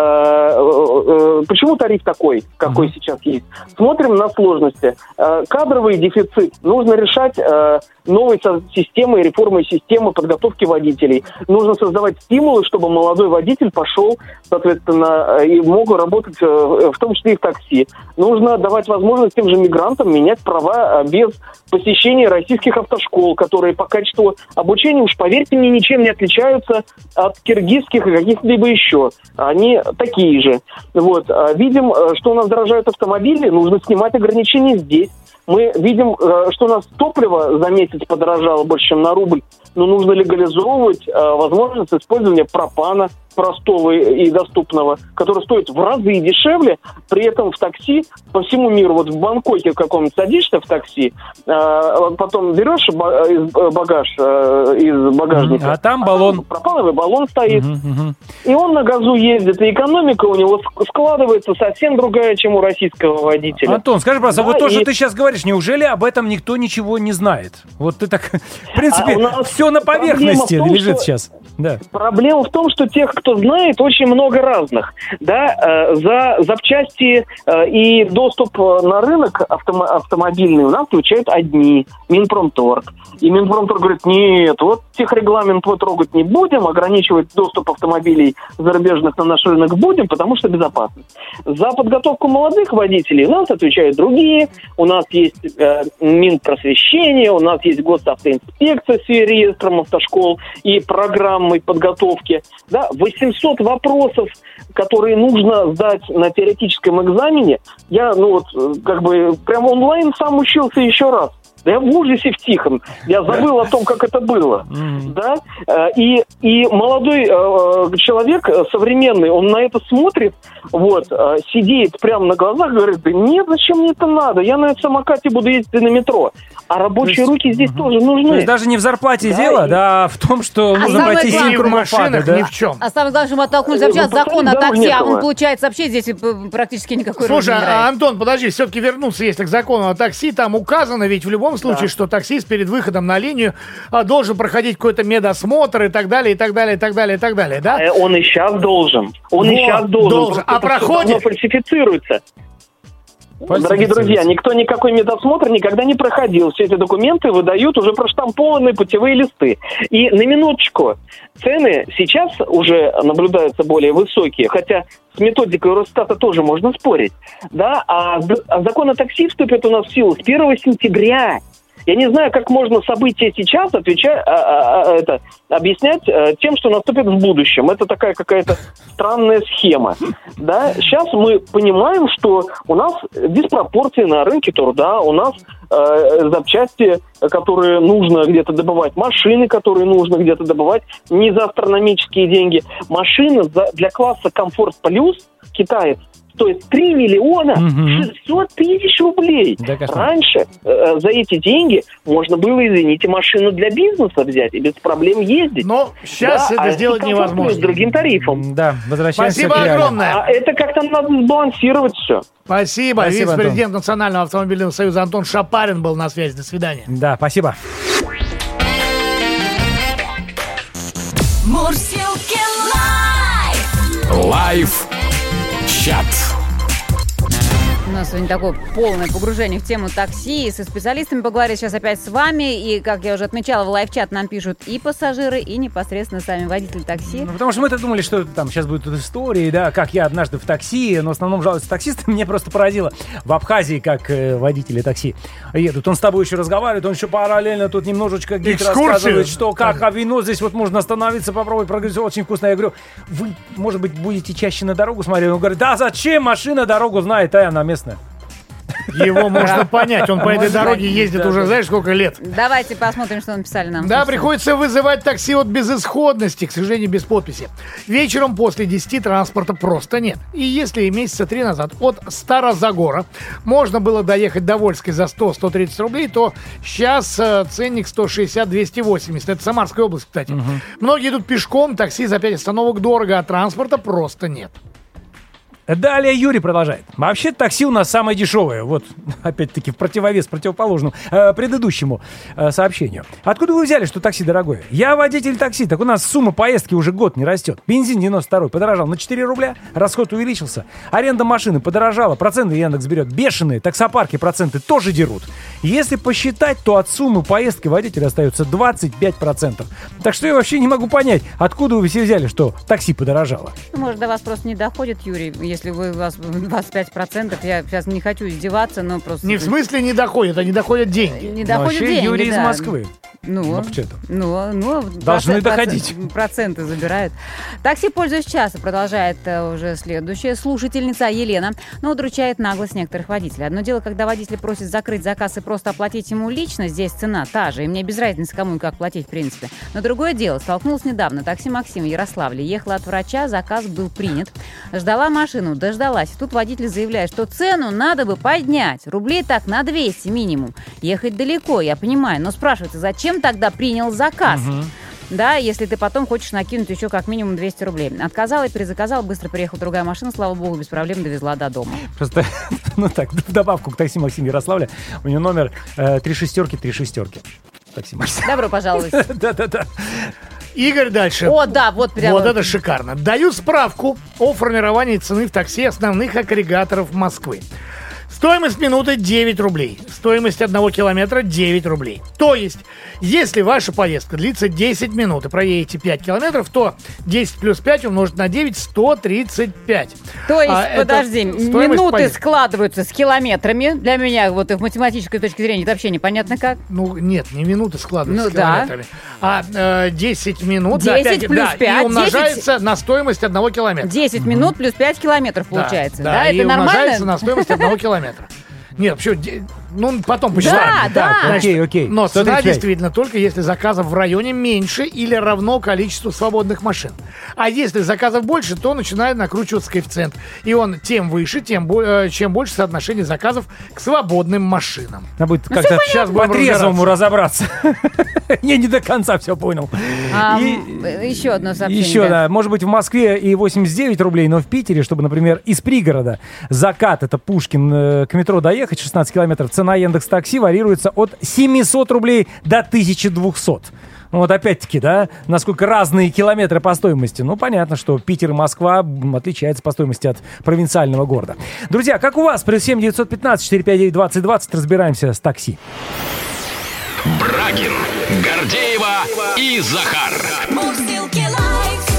э, почему тариф такой, какой mm-hmm. сейчас есть. Смотрим на сложности. Э, кадровый дефицит. Нужно решать э, новой системой, реформой системы подготовки водителей. Нужно создавать стимулы, чтобы молодой водитель пошел, соответственно, и мог работать, э, в том числе и в такси. Нужно давать возможность тем же мигрантам менять права без посещения российских автошкол, которые по качеству обучения, уж поверьте мне, ничем не отличаются от киргизских и каких-либо еще. Они такие же. Вот. Видим, что у нас дорожают автомобили, нужно снимать ограничения здесь. Мы видим, что у нас топливо за месяц подорожало больше, чем на рубль, но нужно легализовывать возможность использования пропана простого и доступного, который стоит в разы дешевле, при этом в такси по всему миру, вот в Бангкоке в каком-нибудь садишься в такси, потом берешь багаж из багажника, а там баллон. А там пропановый баллон стоит, угу, угу. и он на газу ездит, и экономика у него складывается совсем другая, чем у российского водителя. Антон, скажи, пожалуйста, да, вот то, и... что ты сейчас говоришь, неужели об этом никто ничего не знает? Вот ты так, в принципе, а все на поверхности том, лежит что... сейчас. Да. Проблема в том, что тех, кто знает, очень много разных. Да, э, за запчасти э, и доступ на рынок автомо- автомобильный у нас включают одни, Минпромторг. И Минпромторг говорит, нет, вот техрегламент мы трогать не будем, ограничивать доступ автомобилей зарубежных на наш рынок будем, потому что безопасность. За подготовку молодых водителей у нас отвечают другие. У нас есть э, Минпросвещение, у нас есть госавтоинспекция с реестром автошкол и программой подготовки. Да, восемьсот вопросов, которые нужно сдать на теоретическом экзамене. Я, ну вот, как бы, прям онлайн сам учился еще раз. Да я в ужасе в тихом. Я забыл о том, как это было. Mm. Да? И, и молодой э, человек, современный, он на это смотрит, вот, э, сидит прямо на глазах, говорит, да нет, зачем мне это надо? Я на этом самокате буду ездить на метро. А рабочие есть, руки здесь угу. тоже нужны. То есть даже не в зарплате да, дело, и... да, а в том, что а нужно пройти семь кругопада, да? Ни в чем. А самое главное, что мы оттолкнулись вообще от закона о такси, а он, получается, вообще здесь практически никакой роли не играет. Слушай, Антон, подожди, все-таки вернуться, если к закону о такси, там указано ведь в любом случае, да. что таксист перед выходом на линию должен проходить какой-то медосмотр и так далее, и так далее, и так далее, и так далее, да? Он и сейчас должен. Он вот, и сейчас должен. должен. А проходит... фальсифицируется. Дорогие друзья, никто никакой медосмотр никогда не проходил. Все эти документы выдают уже проштампованные путевые листы. И на минуточку, цены сейчас уже наблюдаются более высокие, хотя с методикой Росстата тоже можно спорить. Да? А, а закон о такси вступит у нас в силу с первого сентября. Я не знаю, как можно события сейчас отвечать, а, а, а, это, объяснять а, тем, что наступит в будущем. Это такая какая-то странная схема. Да? Сейчас мы понимаем, что у нас диспропорции на рынке труда, у нас э, запчасти, которые нужно где-то добывать, машины, которые нужно где-то добывать, не за астрономические деньги. Машина за, для класса «Комфорт Плюс» китаец стоит три миллиона шестьсот тысяч рублей. Да, раньше э, за эти деньги можно было, извините, машину для бизнеса взять и без проблем ездить. Но сейчас да, это а сделать невозможно. С другим тарифом. Да, возвращаемся Спасибо к реалиям. огромное. А это как-то надо сбалансировать все. Спасибо. Спасибо, Вице-президент Национального автомобильного союза Антон Шапарин был на связи. До свидания. Да, спасибо. Мурсилки лайф. Лайф чат. Ну нас сегодня такое полное погружение в тему такси. И со специалистами поговорили сейчас опять с вами. И, как я уже отмечала, в лайв-чат нам пишут и пассажиры, и непосредственно сами водители такси. Ну, потому что мы-то думали, что там сейчас будут истории, да, как я однажды в такси, но в основном жалуются таксисты. Мне просто поразило. В Абхазии, как э, водители такси едут, он с тобой еще разговаривает, он еще параллельно тут немножечко гид рассказывает, что как, а вино здесь вот можно остановиться, попробовать, прогреть, очень вкусно. Я говорю, вы, может быть, будете чаще на дорогу смотреть? Он говорит, да зачем, машина дорогу знает, а она местная. Его можно понять, он по этой Можно дороге понять, ездит да, уже, да. знаешь, сколько лет. Давайте посмотрим, что написали нам. Да, слушатели. приходится вызывать такси от безысходности, к сожалению, без подписи. Вечером после десяти транспорта просто нет. И если месяца три назад от Старозагора можно было доехать до Вольской за сто - сто тридцать рублей, то сейчас э, ценник сто шестьдесят - двести восемьдесят. Это Самарская область, кстати. Угу. Многие идут пешком, такси за пять остановок дорого, а транспорта просто нет. Далее Юрий продолжает. Вообще такси у нас самое дешевое. Вот, опять-таки, в противовес противоположному э, предыдущему э, сообщению. Откуда вы взяли, что такси дорогое? Я водитель такси, так у нас сумма поездки уже год не растет. Бензин девяносто второй подорожал на четыре рубля, расход увеличился. Аренда машины подорожала, проценты Яндекс берет бешеные, таксопарки проценты тоже дерут. Если посчитать, то от суммы поездки водителя остается двадцать пять процентов. Так что я вообще не могу понять, откуда вы все взяли, что такси подорожало. Ну, может, до вас просто не доходит, Юрий, если вы у вас двадцать пять процентов. Я сейчас не хочу издеваться, но просто... Не в смысле не доходят, а не доходят деньги. Не Но доходят вообще деньги, Юрий да. из Москвы. Ну, Вообще-то. ну, ну, Должны процент- доходить. процент- Проценты забирают. Такси пользуюсь часто, продолжает э, уже следующая слушательница Елена, но удручает наглость некоторых водителей. Одно дело, когда водитель просит закрыть заказ и просто оплатить ему лично, здесь цена та же, и мне без разницы, кому и как платить, в принципе. Но другое дело, столкнулась недавно, такси Максим в Ярославле, ехала от врача, заказ был принят, ждала машину, дождалась. Тут водитель заявляет, что цену надо бы поднять, рублей так на двести минимум. Ехать далеко, я понимаю, но спрашивается, зачем тогда принял заказ? Угу. Да, если ты потом хочешь накинуть еще как минимум двести рублей. Отказала и перезаказала, быстро приехала другая машина, слава богу, без проблем довезла до дома. Просто, ну так, в добавку к такси Максим Ярославля, у него номер э, три шестерки, три шестерки. Такси Максим. Добро пожаловать. Да-да-да. Игорь дальше. О, да, вот прямо. Вот это шикарно. Даю справку о формировании цены в такси основных агрегаторов Москвы. Стоимость минуты девять рублей. Стоимость одного километра девять рублей. То есть, если ваша поездка длится десять минут и проедете пять километров, то десять плюс пять умножить на девять — сто тридцать пять. То есть, А это подожди, стоимость минуты поездки. складываются с километрами. Для меня вот и в математической точке зрения это вообще непонятно как. Ну, нет, не минуты складываются Ну с да. километрами, а э, десять минут десять да, пять, плюс да, пять, и умножается на стоимость одного километра. десять минут плюс пять километров получается. Да, и это умножается нормально? на стоимость одного километра. Нет, вообще, де- ну, потом посчитаем. Да, да. Окей, окей. Но сто цена тридцать пять. действительно только если заказов в районе меньше или равно количеству свободных машин. А если заказов больше, то начинает накручиваться коэффициент. И он тем выше, тем бо- э, чем больше соотношение заказов к свободным машинам. Надо будет Ну, как-то всё сейчас будем по-трезвому разобраться. Я не до конца все понял. А, И- м, еще одно сообщение. Еще, да. Может быть, в Москве и восемьдесят девять рублей, но в Питере, чтобы, например, из пригорода закат, это Пушкин, э, к метро доехать шестнадцать километров, цена Яндекс.Такси варьируется от семьсот рублей до тысячи двухсот. Ну, вот опять-таки, да, насколько разные километры по стоимости. Ну, понятно, что Питер и Москва м, отличаются по стоимости от провинциального города. Друзья, как у вас? Плюс семь девятьсот пятнадцать четыреста пятьдесят девять двадцать двадцать. Разбираемся с такси. Брагин, Гордеева и Захар. Мурзилки лайф.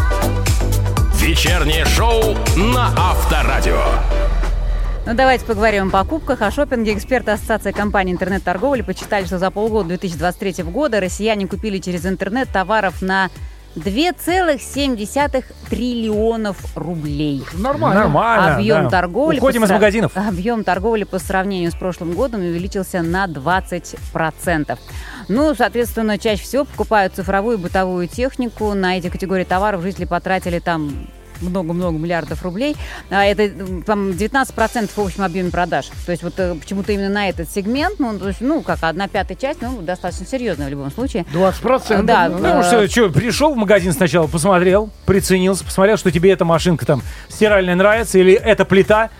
Вечернее шоу на Авторадио. Ну, давайте поговорим о покупках, о шопинге. Эксперты Ассоциации компаний интернет-торговли посчитали, что за полгода две тысячи двадцать третьего года россияне купили через интернет товаров на два целых семь десятых триллионов рублей. Нормально. Нормально. Объем да. торговли Уходим по из сра- магазинов. Объем торговли по сравнению с прошлым годом увеличился на двадцать процентов. Ну, соответственно, чаще всего покупают цифровую и бытовую технику. На эти категории товаров жители потратили там много-много миллиардов рублей. А это там девятнадцать процентов в общем объеме продаж. То есть вот э, почему-то именно на этот сегмент, ну, то есть, ну, как одна пятая часть, ну, достаточно серьезно в любом случае. двадцать процентов. Да, Ну, Потому э, что, что, пришел в магазин сначала, посмотрел, приценился, посмотрел, что тебе эта машинка там стиральная нравится, или эта плита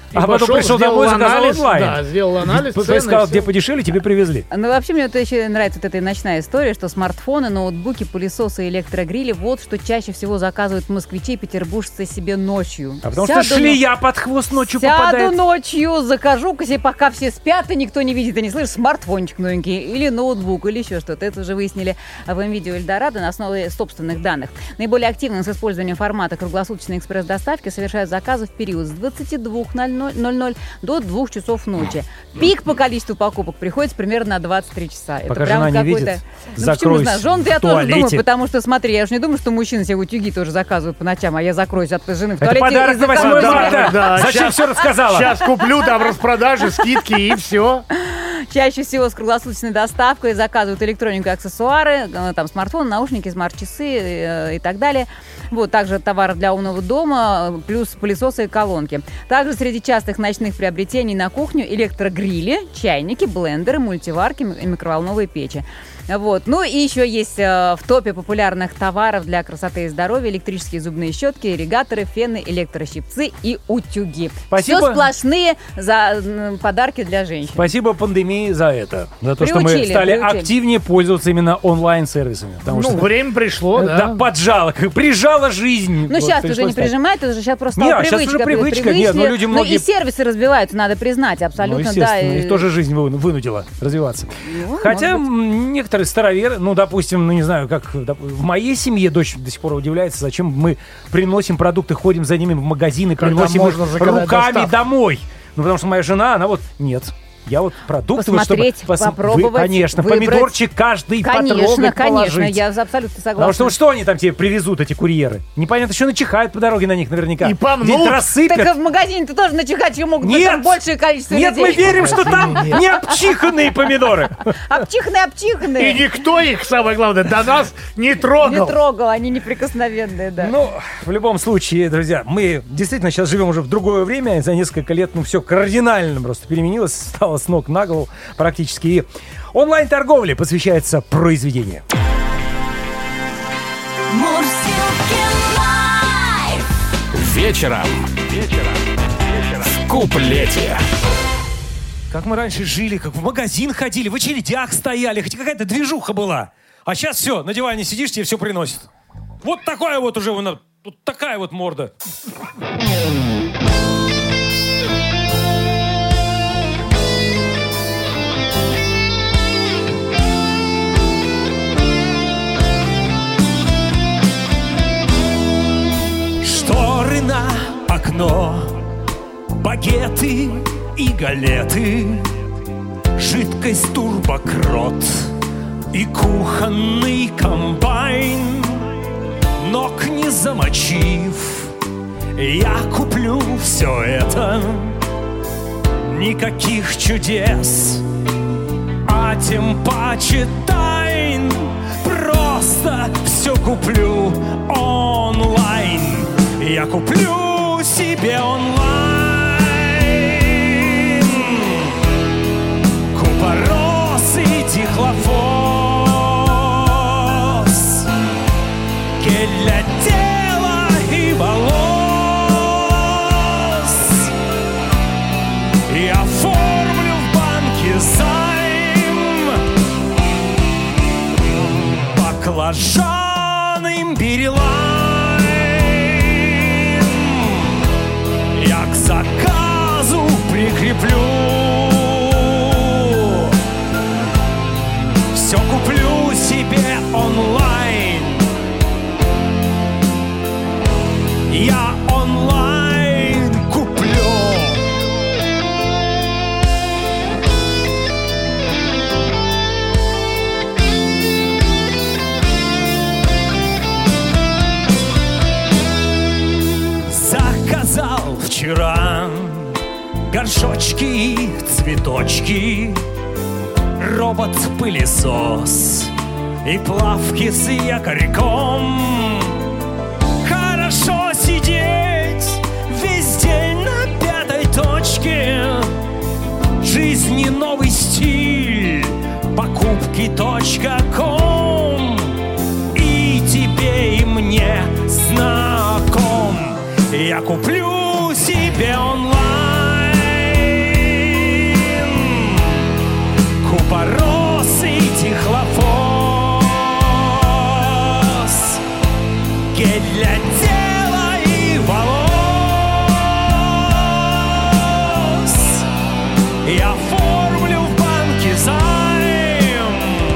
А потом пошел, пришел сделал домой, заказал анализ, онлайн. да, сделал анализ, Ты цены, сказал, всё. где подешевле, тебе привезли. Ну, вообще, мне вот еще нравится вот эта ночная история, что смартфоны, ноутбуки, пылесосы и электрогрили — вот что чаще всего заказывают москвичи и петербуржцы себе ночью. А потому Сяду что шлея под хвост ночью Сяду попадает. ночью, закажу-ка себе, пока все спят, и никто не видит и не слышит, смартфончик новенький, или ноутбук, или еще что-то. Это уже выяснили в МВидео Эльдорадо на основе собственных данных. Наиболее активно с использованием формата круглосуточной экспресс-доставки совершают заказы в период с двадцати двух ноль-ноль до двух часов ночи. Пик по количеству покупок приходится примерно на двадцать три часа. Это Пока прям жена не какой-то... видит, Ну, закройся почему, знаю, жен я в тоже туалете. думаю, потому что, смотри, я же не думаю, что мужчины себе утюги тоже заказывают по ночам, а я закроюсь от жены в Это туалете. подарок и на закажу восьмое себе. марта. Да, Зачем щас- все рассказала? Сейчас куплю, там распродажи, скидки и все. Чаще всего с круглосуточной доставкой заказывают электронику и аксессуары, э, там смартфон, наушники, смарт-часы э, и так далее. Вот, также товары для умного дома, э, плюс пылесосы и колонки. Также среди частых ночных приобретений на кухню электрогрили, чайники, блендеры, мультиварки и микроволновые печи. Вот. Ну и еще есть э, в топе популярных товаров для красоты и здоровья электрические зубные щетки, ирригаторы, фены, электрощипцы и утюги. Спасибо. Все сплошные за, м, подарки для женщин. Спасибо пандемии за это. За то, что мы Приучили, стали приучили. активнее пользоваться именно онлайн-сервисами. Потому Ну, что время пришло, да, да. поджала, как прижала жизнь. Ну, Вот, сейчас уже пришлось не так. прижимает, это же сейчас просто Не, стала щас привычка. уже привычка, нет, ну, люди Ну, многие- и сервисы развиваются, надо признать, Ну, абсолютно, да. естественно, и- их тоже жизнь вы- вынудила развиваться. Ну, Хотя может быть. м, некоторые староверы, ну, допустим, ну, не знаю, как доп- в моей семье дочь до сих пор удивляется, зачем мы приносим продукты, ходим за ними в магазины, Когда приносим можно их заказать руками доставку. домой. Ну, потому что моя жена, она вот, нет. Я вот продукты, вот, чтобы... Посмотреть, пос- попробовать, вы- конечно, выбрать. помидорчик каждый Конечно, потрогать, конечно, положить. я абсолютно Потому согласна. что вот что они там тебе привезут, эти курьеры? Непонятно, еще начихают по дороге на них наверняка. И помнут. Где-нибудь рассыпят. Так в магазине-то тоже начихать еще могут быть Нет! там большее количество Нет, людей. мы верим, что там Нет. не обчиханные помидоры. Обчиханные, И обчиханные. никто их, самое главное, до нас не Не трогал. трогал, они неприкосновенные, да. Ну, в любом случае, друзья, мы действительно сейчас живем уже в другое время. И за несколько лет, ну, все кардинально просто переменилось, стало с ног на голову практически. И онлайн-торговле посвящается произведение. Мурзилки лайф. Вечером. Вечером. В куплете. Как мы раньше жили, как в магазин ходили, в очередях стояли, хоть какая-то движуха была. А сейчас все, на диване сидишь, тебе все приносят. Вот такая вот уже, вот такая вот морда. Шторы на окно, багеты и галеты, жидкость турбокрот и кухонный комбайн. Ног не замочив, я куплю все это. Никаких чудес, а тем паче тайн. Просто все куплю онлайн. Я куплю себе онлайн купорос и дихлофос, гель для тела и волос. Я оформлю в банке займ, баклажан, имбирь, лайм. Я к заказу прикреплю, все куплю себе онлайн. Я онлайн куплю. Заказал вчера горшочки и цветочки, робот-пылесос и плавки с якорьком. Хорошо сидеть весь день на пятой точке. Жизни новый стиль, покупки точка ком. И тебе, и мне знаком. Я куплю себе онлайн Я оформлю в банке займ,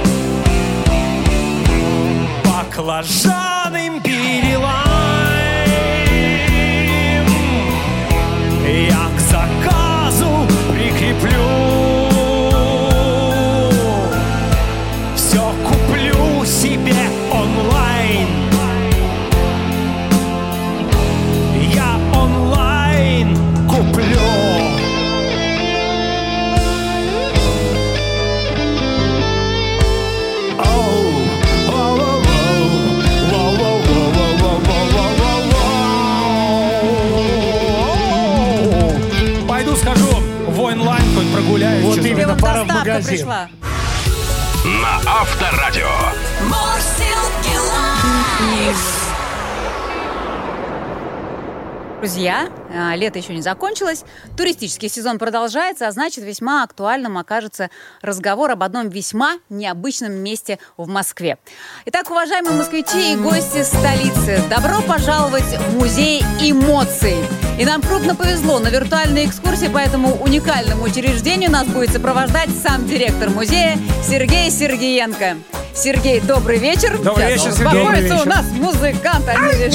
баклажаном перелаем. Я к заказу прикреплю, все куплю себе онлайн. Я онлайн куплю. Пойду схожу в онлайн, хоть прогуляюсь. Вот чё-то. именно, Вот пора в доставка магазин. пришла. На Авторадио. Мурзилки лайф. Друзья, а, лето еще не закончилось, туристический сезон продолжается, а значит, весьма актуальным окажется разговор об одном весьма необычном месте в Москве. Итак, уважаемые москвичи и гости столицы, добро пожаловать в музей эмоций. И нам крупно повезло, на виртуальной экскурсии по этому уникальному учреждению нас будет сопровождать сам директор музея Сергей Сергеенко. Сергей, добрый вечер. Добрый вечер, Сергей. Знакомиться Добрый у нас музыкант. Они здесь.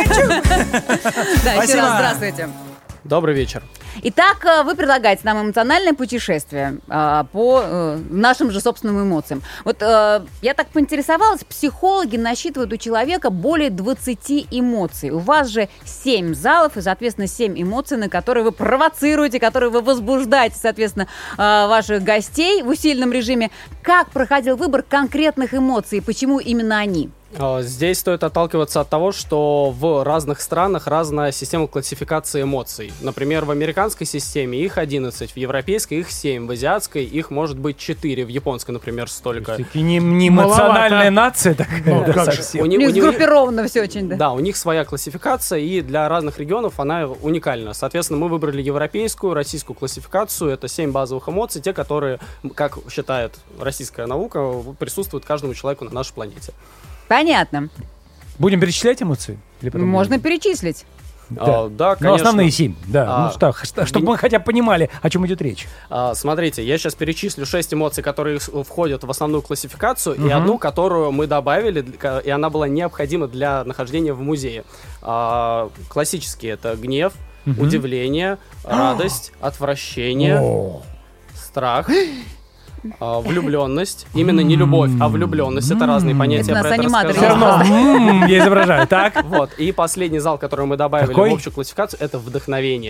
Да, еще Спасибо. раз здравствуйте. Добрый вечер. Итак, э, вы предлагаете нам эмоциональное путешествие э, по э, нашим же собственным эмоциям. Вот э, я так поинтересовалась, психологи насчитывают у человека более двадцати эмоций. У вас же семь залов и, соответственно, семь эмоций, на которые вы провоцируете, которые вы возбуждаете, соответственно, э, ваших гостей в усиленном режиме. Как проходил выбор конкретных эмоций и почему именно они? А, Здесь стоит отталкиваться от того, что в разных странах разная система классификации эмоций. Например, в американской системе их одиннадцать, в европейской их семь, в азиатской их может быть четыре, в японской, например, столько. Все-таки не, не эмоциональная Маловато. нация такая. Ну, да, как же. совсем. У У них- них у них- сгруппировано все очень, да? Да, у них своя классификация, и для разных регионов она уникальна. Соответственно, мы выбрали европейскую, российскую классификацию. Это семь базовых эмоций, те, которые, как считает российская наука, присутствуют каждому человеку на нашей планете. Понятно. Будем перечислять эмоции? Или потом Можно будем? перечислить. Да. А, да, Ну, конечно. основные семь, да. А, ну, что, что- чтобы мы хотя бы понимали, о чем идет речь. А, смотрите, я сейчас перечислю шесть эмоций, которые с- входят в основную классификацию, и одну, которую мы добавили, для- и она была необходима для нахождения в музее. А, классические — это гнев, удивление, радость, отвращение, О. страх, а, влюбленность. Именно не любовь, а влюбленность. Это разные понятия. Это я про нас это аниматоры Все расскажу. равно м, я изображаю. Так. Вот. И последний зал, который мы добавили Какой? в общую классификацию, это вдохновение.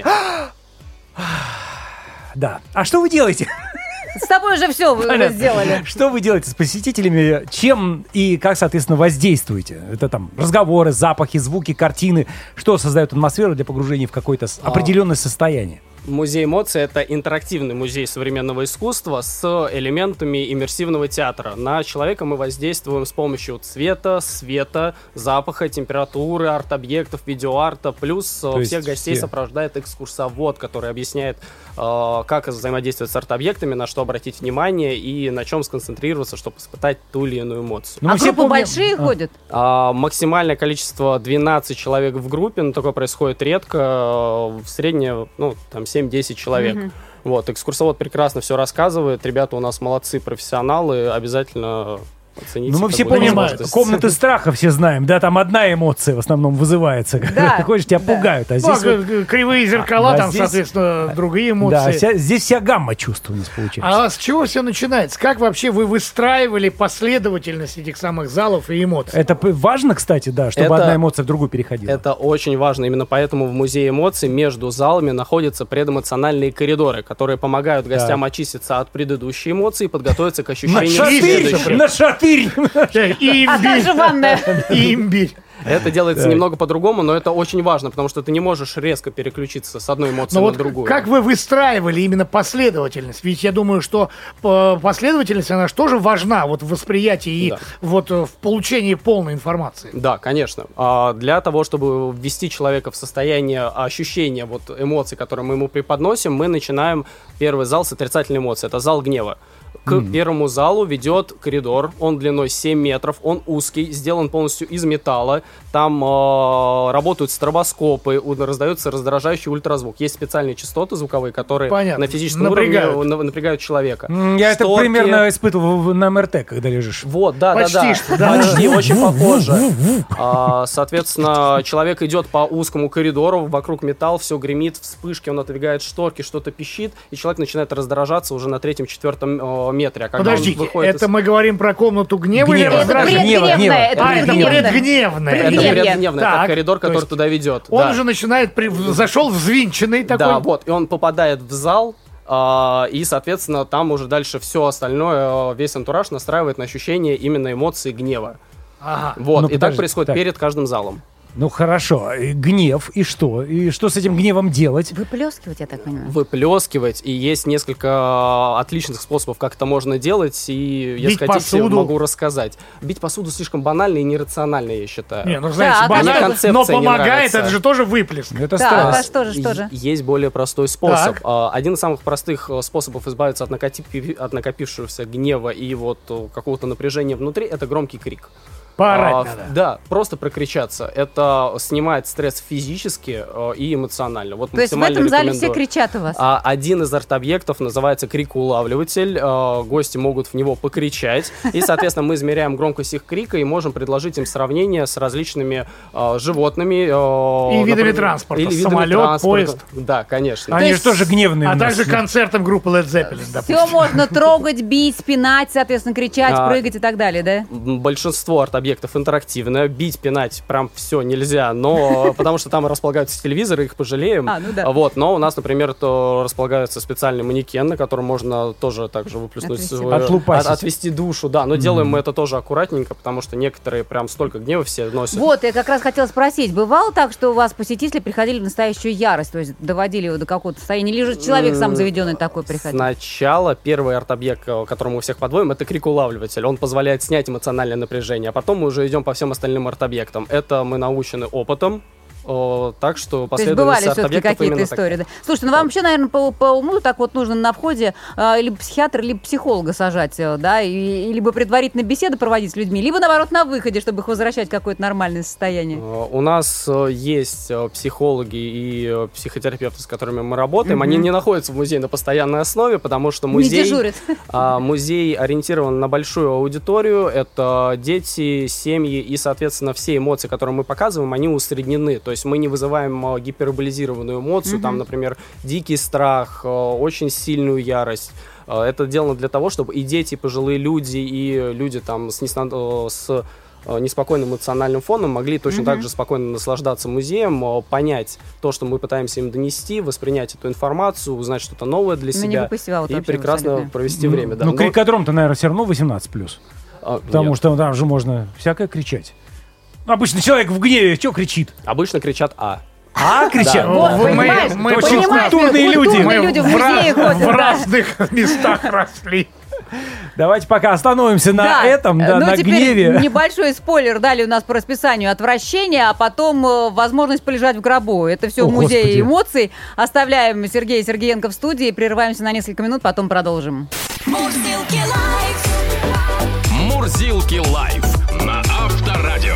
Да. А что вы делаете? С тобой уже все вы Понятно. сделали. Что вы делаете с посетителями? Чем и как, соответственно, воздействуете? Это там разговоры, запахи, звуки, картины. Что создает атмосферу для погружения в какое-то с- определенное состояние? Музей эмоций — это интерактивный музей современного искусства с элементами иммерсивного театра. На человека мы воздействуем с помощью цвета, света, запаха, температуры, арт-объектов, видеоарта. Плюс э, есть всех гостей все- сопровождает экскурсовод, который объясняет, э, как взаимодействовать с арт-объектами, на что обратить внимание и на чем сконцентрироваться, чтобы испытать ту или иную эмоцию. Ну, А мы все группы помним- большие А. ходят? А, максимальное количество двенадцать человек в группе, но такое происходит редко. э, В среднем, ну, там семь-десять человек. Мгм. Вот, экскурсовод прекрасно все рассказывает. Ребята у нас молодцы, профессионалы. Обязательно оцените. Ну, мы как все будет помним возможность. комнаты страха, все знаем. Да, там одна эмоция в основном вызывается. Когда Да, ты ходишь, тебя да. пугают. А Ну, здесь, а, вот- к- кривые зеркала, А там, здесь- соответственно, другие да, эмоции. вся- здесь вся гамма чувств у нас получается. А с чего все начинается? Как вообще вы выстраивали последовательность этих самых залов и эмоций? Это п- важно, кстати, да, чтобы Это- одна эмоция в другую переходила. Это очень важно. Именно поэтому в Музее эмоций между залами находятся предэмоциональные коридоры, которые помогают гостям очиститься от предыдущей эмоции и подготовиться к На ощущениям шатырь! следующей. На шатырь! А Имбирь. также ванная. Имбирь. Это делается Так. немного по-другому, но это очень важно, потому что ты не можешь резко переключиться с одной эмоции Но на вот другую. как вы выстраивали именно последовательность? Ведь я думаю, что э, последовательность, она же тоже важна вот в восприятии и Да. вот э, в получении полной информации. Да, конечно. А для того, чтобы ввести человека в состояние ощущения вот эмоций, которые мы ему преподносим, мы начинаем первый зал с отрицательной эмоции. Это зал гнева. К первому залу ведет коридор, он длиной семь метров, он узкий, сделан полностью из металла. Там там э, работают стробоскопы, у- раздается раздражающий ультразвук. Есть специальные частоты звуковые, которые Понятно. на физическом Напрягают. уровне на- напрягают человека. М, Я это Шторки- примерно испытывал в- на МРТ, когда лежишь. Вот, да, Почти да, да. что, да. Почти, очень похоже. А, соответственно, человек идет по узкому коридору, вокруг металл, все гремит, вспышки, он отодвигает шторки, что-то пищит, и человек начинает раздражаться уже на третьем-четвертом э, метре. А когда он Подождите, выходит это из- мы говорим про комнату гнева или Гнева. Это раздражения? Гнева, предгневное, гнева. это А, это предгневное. предгневное. Это Предгневное. предгневное, это Так, коридор, то который есть туда ведет. Он да. уже начинает, при- зашел взвинченный такой. Да, вот, и он попадает в зал, а, и, соответственно, там уже дальше все остальное, э, весь антураж настраивает на ощущение именно эмоций гнева. Ага. Вот, Ну, и так подожди, происходит так. перед каждым залом. Ну хорошо, и гнев, и что? И что с этим гневом делать? Выплескивать, я так понимаю. Выплескивать, и есть несколько отличных способов, как это можно делать, и если Бить хотите, посуду. могу рассказать. Бить посуду слишком банально и нерационально, я считаю. Не, ну знаете, Так, банально, мне концепция но не помогает, нравится. это же тоже выплеск. Это Так, а стресс. что же, что же? Е- Есть более простой способ. Так. А, Один из самых простых э, способов избавиться от, накопи- от накопившегося гнева и вот э, какого-то напряжения внутри — это громкий крик. Поорать А, надо. Да, просто прокричаться. Это снимает стресс физически э, и эмоционально. Вот То есть в максимально этом зале все рекомендую. кричат у вас? А, Один из арт-объектов называется крикоулавливатель. Э, Гости могут в него покричать. И, соответственно, мы измеряем громкость их крика и можем предложить им сравнение с различными э, животными. э, И видами например, транспорта. или видами Самолет, транспорта. поезд. Да, конечно. Они есть- же тоже гневные. А у нас. также концертом группы Led Zeppelin, допустим. Все можно трогать, бить, спинать, соответственно, кричать, А, прыгать и так далее, да? М, Большинство арт-объектов интерактивное. Бить, пинать прям все нельзя, но потому что там располагаются телевизоры, их пожалеем. А, ну да. Вот, но у нас, например, то располагается специальный манекен, на котором можно тоже также выплеснуть Отвести. свою- Отлупасить. от- отвести душу, да. Но делаем мы это тоже аккуратненько, потому что некоторые прям столько гнева все носят. Вот, я как раз хотела спросить, бывало так, что у вас посетители приходили в настоящую ярость, то есть доводили его до какого-то состояния, или же человек сам заведенный такой приходил? Сначала первый арт-объект, к которому мы всех подводим, это крикоулавливатель. Он позволяет снять эмоциональное напряжение, а потом мы уже идем по всем остальным арт-объектам. Это мы научены опытом, о, так что То есть последовательность бывали все-таки арт-объектов какие-то именно истории, такая. да? Слушайте, ну вам вообще, наверное, по, по уму так вот нужно на входе э, либо психиатра, либо психолога сажать, э, да, и, и либо предварительно беседы проводить с людьми, либо, наоборот, на выходе, чтобы их возвращать в какое-то нормальное состояние. Э, У нас э, есть э, психологи и э, психотерапевты, с которыми мы работаем. Они не находятся в музее на постоянной основе, потому что Не музей, дежурят. а, музей ориентирован на большую аудиторию. Это дети, семьи и, соответственно, все эмоции, которые мы показываем, они усреднены. То есть мы не вызываем э, гиперболизированную эмоцию, там, например, дикий страх, э, очень сильную ярость. Э, Это сделано для того, чтобы и дети, и пожилые люди, и люди там с, несна- э, с э, неспокойным эмоциональным фоном могли точно так же спокойно наслаждаться музеем, э, понять то, что мы пытаемся им донести, воспринять эту информацию, узнать что-то новое для Ну, не себя выпустила вот и вообще прекрасно абсолютно. провести время. Да. Ну, Но- крикодром-то, наверное, все равно восемнадцать плюс. а, Потому нет. что там же можно всякое кричать. Ну, обычно человек в гневе что кричит? Обычно кричат «А». А, кричат? Вот, мы- понимаешь, мы очень понимаешь, культурные люди. культурные Мы люди в в, музее раз- ходят, в да. разных местах росли. Давайте пока остановимся на Да. этом, да, Ну, на теперь гневе. небольшой спойлер дали у нас по расписанию отвращения, а потом э, возможность полежать в гробу. Это все О, в музее Господи. эмоций. Оставляем Сергея Сергеенко в студии, прерываемся на несколько минут, потом продолжим. Мурзилки лайф. Мурзилки лайф на Авторадио.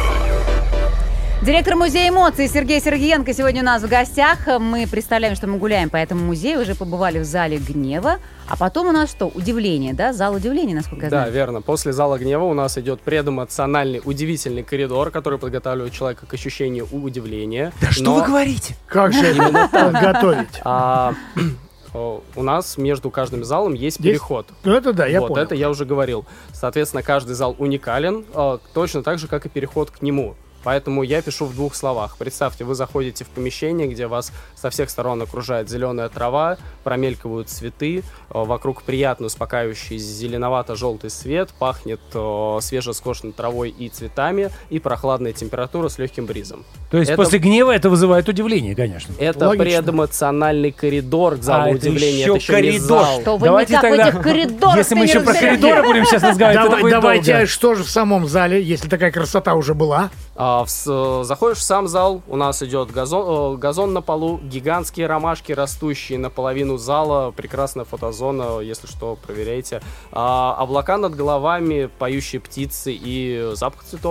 Директор музея эмоций Сергей Сергеенко сегодня у нас в гостях. Мы представляем, что мы гуляем по этому музею, уже побывали в зале гнева. А потом у нас что? Удивление, да? Зал удивления, насколько я Да, знаю. верно. После зала гнева у нас идет предэмоциональный удивительный коридор, который подготавливает человека к ощущению удивления. Да что Но, вы говорите? Как же это подготовить? а, о, у нас между каждым залом есть Есть? переход. Ну это да, я вот, понял. это я уже говорил. Соответственно, каждый зал уникален, э, точно так же, как и переход к нему. Поэтому я пишу в двух словах. Представьте, вы заходите в помещение, где вас со всех сторон окружает зеленая трава, промелькивают цветы, э, вокруг приятный, успокаивающий зеленовато-желтый свет, пахнет э, свежескошенной травой и цветами, и прохладная температура с легким бризом. То есть Это- после гнева это вызывает удивление, конечно. Это Логично. предэмоциональный коридор к залу А, это удивления. еще Это еще не коридор. зал. Что вы Давайте никак в тогда- этих коридорах Если мы не еще про разбираетесь. коридоры будем сейчас разговаривать, это Давай- будет давайте, долго. что же в самом зале, если такая красота уже была? А, в с- э, заходишь в сам зал, у нас идет газон, э, газон на полу, гигантские ромашки, растущие наполовину зала, прекрасная фотозона, если что, проверяйте. А, облака над головами, поющие птицы и запах цветов.